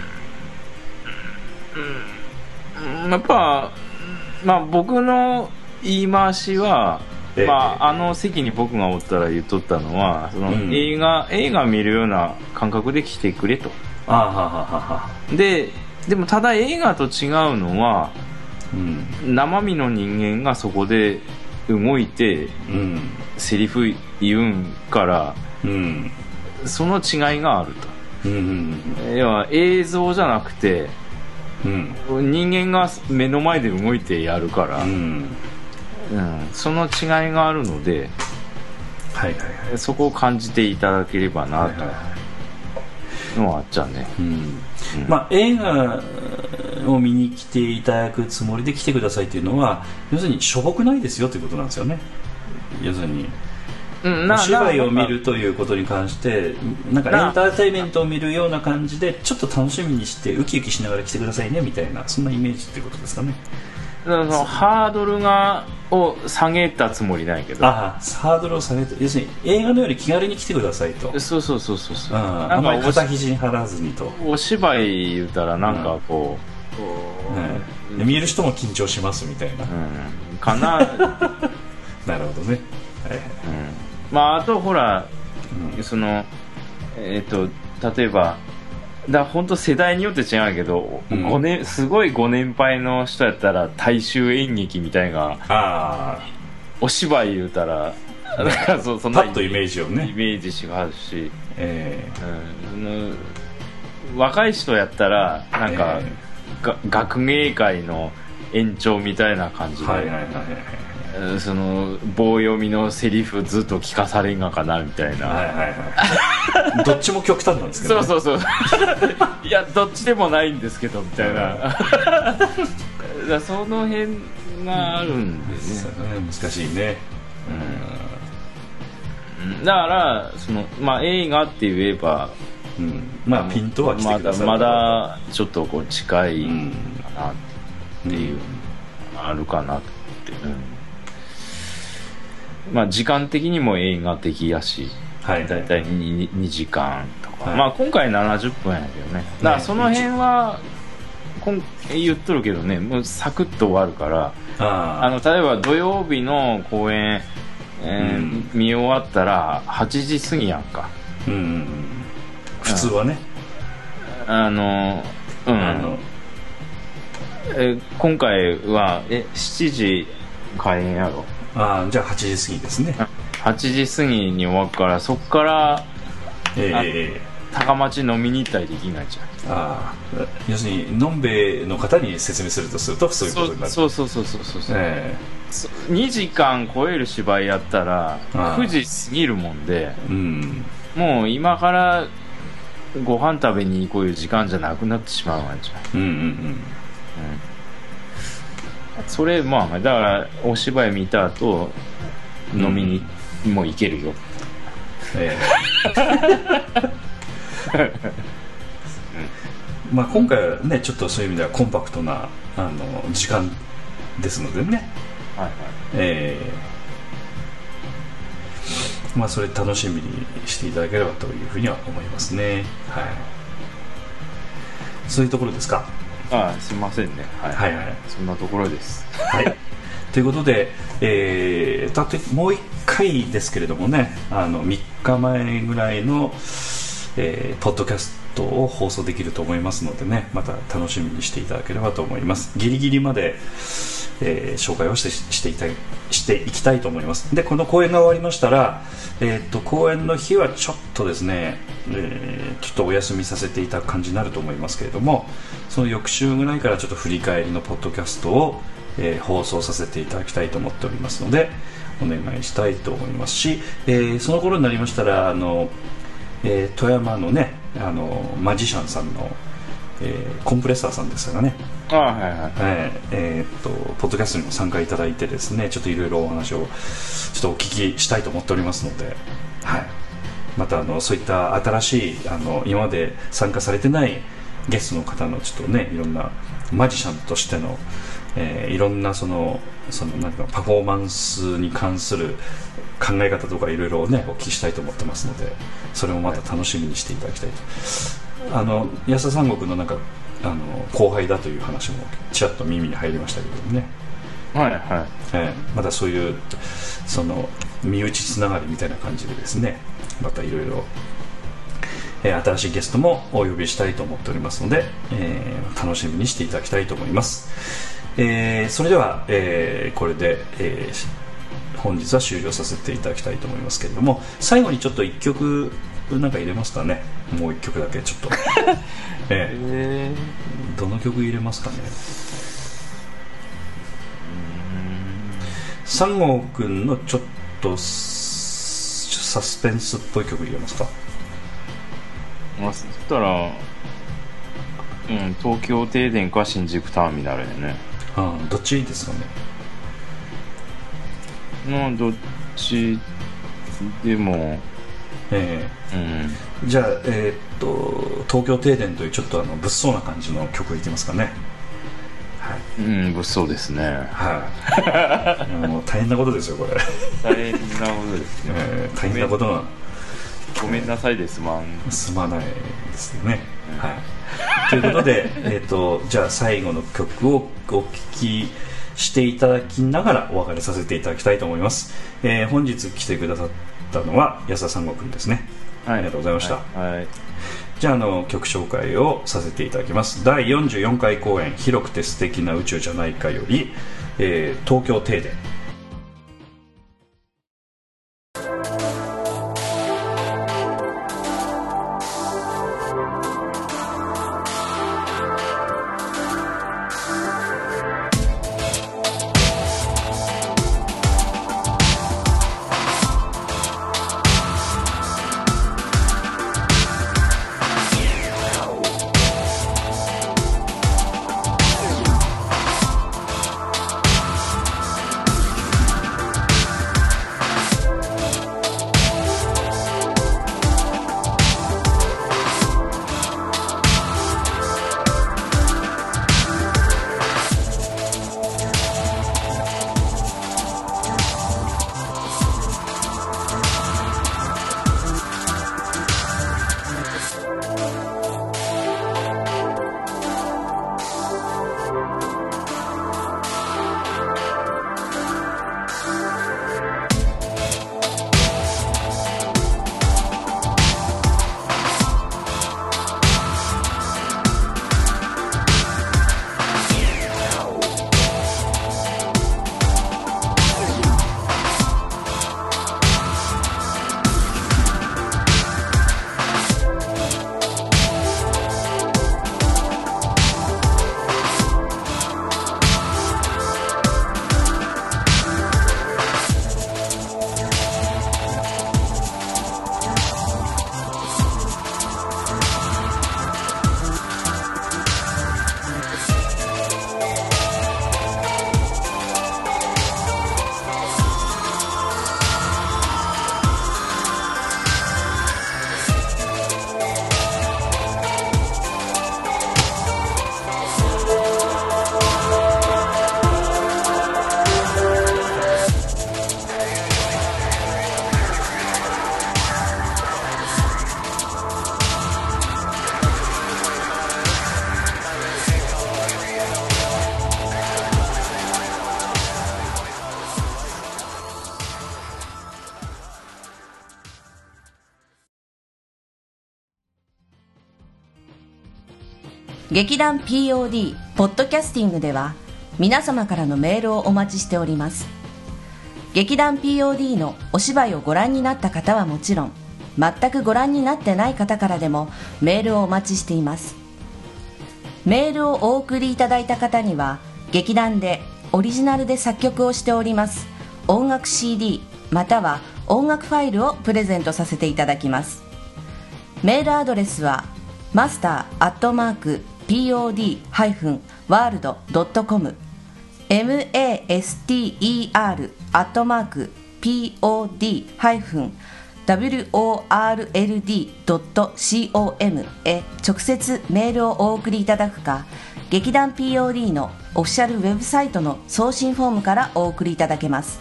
うんやっぱ、まあ、僕の言い回しは、えーまあ、あの席に僕がおったら言っとったのはその、うん、映画映画見るような感覚で来てくれと。あはははででもただ映画と違うのは、うん、生身の人間がそこで動いて、うん、セリフ言うんから、うん、その違いがあると、うんうん、要は映像じゃなくて、うん、人間が目の前で動いてやるから、うんうん、その違いがあるので、はいはいはい、そこを感じていただければなとのはあっちゃうね、うんうん、 まあ、映画を見に来ていただくつもりで来てくださいというのは要するにしょぼくないですよということなんですよね。要するに、うん、お芝居を見るということに関してなんかエンターテインメントを見るような感じでちょっと楽しみにしてウキウキしながら来てくださいねみたいな、そんなイメージということですかね。 そのハードルがを下げたつもりないけど、 ああハードルを下げた、要するに映画のように気軽に来てくださいと。 そうそうそうそうそう、うん、 あんまり肩肘に張らずにと。 お芝居言うたらなんかこう、 うんうん、見える人も緊張しますみたいな、 うん、かななるほどね、はい、うん、 まああとほら、うん、そのえっ、ー、と例えばだ本当世代によって違うけど、うん、ごねんすごいご年配の人やったら大衆演劇みたいな、あお芝居言うたらなんかそそんなパッとイメージをねイメージしがあるし、えーうん、若い人やったらなんか、えー、が学芸会の延長みたいな感じで、はいはいはいはい、その棒読みのセリフずっと聞かされんがかなみたいな、はいはいはい、どっちも極端なんですけど、ね、 そうそうそういやどっちでもないんですけどみたいなだその辺があるんでね、 うん、難しいね、 うん、だからその、まあ、映画って言えば、 うん、まあピンとは来てください、 まだまだちょっとこう近いかなっていう、うん、あるかなって、うんまあ、時間的にも映画的やし、はい、だいたい 2, にじかんとか、はい、まあ、今回ななじゅっぷんやけどね、だからその辺はこん言っとるけどねもうサクッと終わるから、ああの例えば土曜日の公演、えーうん、見終わったらはちじ過ぎやんか、うんうんうん、 普通はね、 あの、うん、あのえ今回はえしちじ開演やろ。 あじゃあはちじ過ぎですね。 はちじ過ぎに終わるからそっから、 え高町飲みに行ったりできないじゃん。 ああ、要するにのんべえの方に説明するとするとそういうことになる。 そうそうそうそうそうそう、えー、にじかん超える芝居やったらくじ過ぎるもんで、うん、もう今からご飯食べに行こういう時間じゃなくなってしまうわけじゃん。うんうんうん、うん、それまあだからお芝居見た後飲みにも行けるよ、うん、ええまあ今回はねちょっとそういう意味ではコンパクトなあの時間ですのでね、はいはい、えー、まあそれ楽しみにしていただければというふうには思いますね。はい。そういうところですか。 ああ、すいませんね。はい、はいはい、そんなところです。 はい。ということで、えー、たともう一回ですけれどもね、あのみっかまえぐらいの、えー、ポッドキャストを放送できると思いますのでね、また楽しみにしていただければと思います。ギリギリまで、えー、紹介をしてしていたしていきたいと思います。でこの公演が終わりましたら、えー、っと公演の日はちょっとですね、えー、ちょっとお休みさせていただく感じになると思いますけれども、その翌週ぐらいからちょっと振り返りのポッドキャストを、えー、放送させていただきたいと思っておりますのでお願いしたいと思いますし、えー、その頃になりましたらあの、えー、富山のねあのマジシャンさんの、えー、コンプレッサーさんですからね、あ、はいはい、えーえー、っとポッドキャストにも参加いただいてですね、ちょっといろいろお話をちょっとお聞きしたいと思っておりますので、はい、またあのそういった新しいあの今まで参加されてないゲストの方のちょっとねいろんなマジシャンとしての、えー、いろんなそのそのなんかパフォーマンスに関する考え方とかいろいろねお聞きしたいと思ってますので、それもまた楽しみにしていただきたいと。あの安田三国のなんかあの後輩だという話もちらっと耳に入りましたけどね。はいはい、えー、またそういうその身内つながりみたいな感じでですね、またいろいろ新しいゲストもお呼びしたいと思っておりますので、えー、楽しみにしていただきたいと思います。えー、それでは、えー、これで、えー、本日は終了させていただきたいと思いますけれども、最後にちょっといっきょくなんか入れますかね。もういっきょくだけちょっと、えー、どの曲入れますかね。三郷くんのちょっとサスペンスっぽい曲入れますか。 そしたら、うん、東京停電か新宿ターミナルでね。 ああ、どっちですかね。 まあどっちでも、 えーうん、じゃあ、えー、っと東京停電というちょっとあの物騒な感じの曲いきますかね。 はい、うん、物騒ですね。 はい、もう大変なことですよこれ。 大変なことですね。 えー、大変なことがごめんなさいですまんすまないですよね、うん、はい、ということで、えー、とじゃあ最後の曲をお聴きしていただきながらお別れさせていただきたいと思います。えー、本日来てくださったのは安田三郷くんですね、はい、ありがとうございました。はいはい、じゃあ、あの曲紹介をさせていただきます。だいよんじゅうよんかい公演広くて素敵な宇宙じゃないかより、えー、東京停電。 劇団 ピーオーディー ポッドキャスティングでは皆様からのメールをお待ちしております。劇団 ピーオーディー のお芝居をご覧になった方はもちろん、全くご覧になってない方からでもメールをお待ちしています。メールをお送りいただいた方には、劇団でオリジナルで作曲をしております音楽 シーディー または音楽ファイルをプレゼントさせていただきます。メールアドレスはマスターアットマーク ピーオーディー ハイフン ワールド ドット コム マスター アットマーク ピーオーディー ハイフン ワールド ドット コム へ直接メールをお送りいただくか、劇団 ピーオーディー のオフィシャルウェブサイトの送信フォームからお送りいただけます。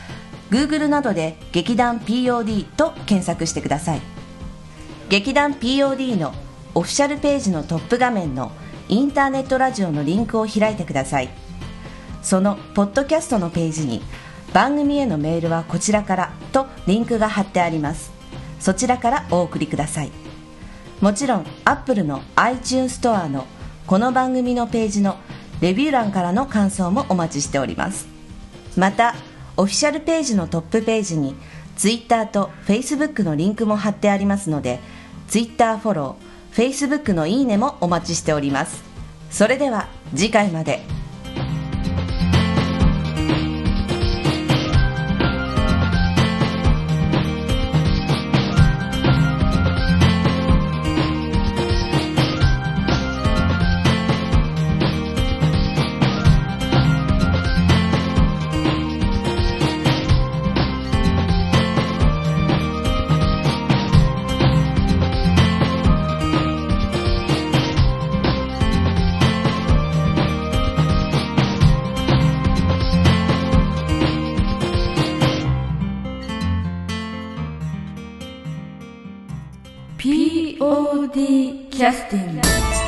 Google などで劇団 ピーオーディー と検索してください。劇団 ピーオーディー のオフィシャルページのトップ画面のインターネットラジオのリンクを開いてください。そのポッドキャストのページに番組へのメールはこちらからとリンクが貼ってあります。そちらからお送りください。もちろん Apple の iTunes ストアのこの番組のページのレビュー欄からの感想もお待ちしております。またオフィシャルページのトップページに Twitter と Facebook のリンクも貼ってありますので、 Twitter フォロー、Facebook のいいねもお待ちしております。それでは次回まで。 ピーオーディー キャスティング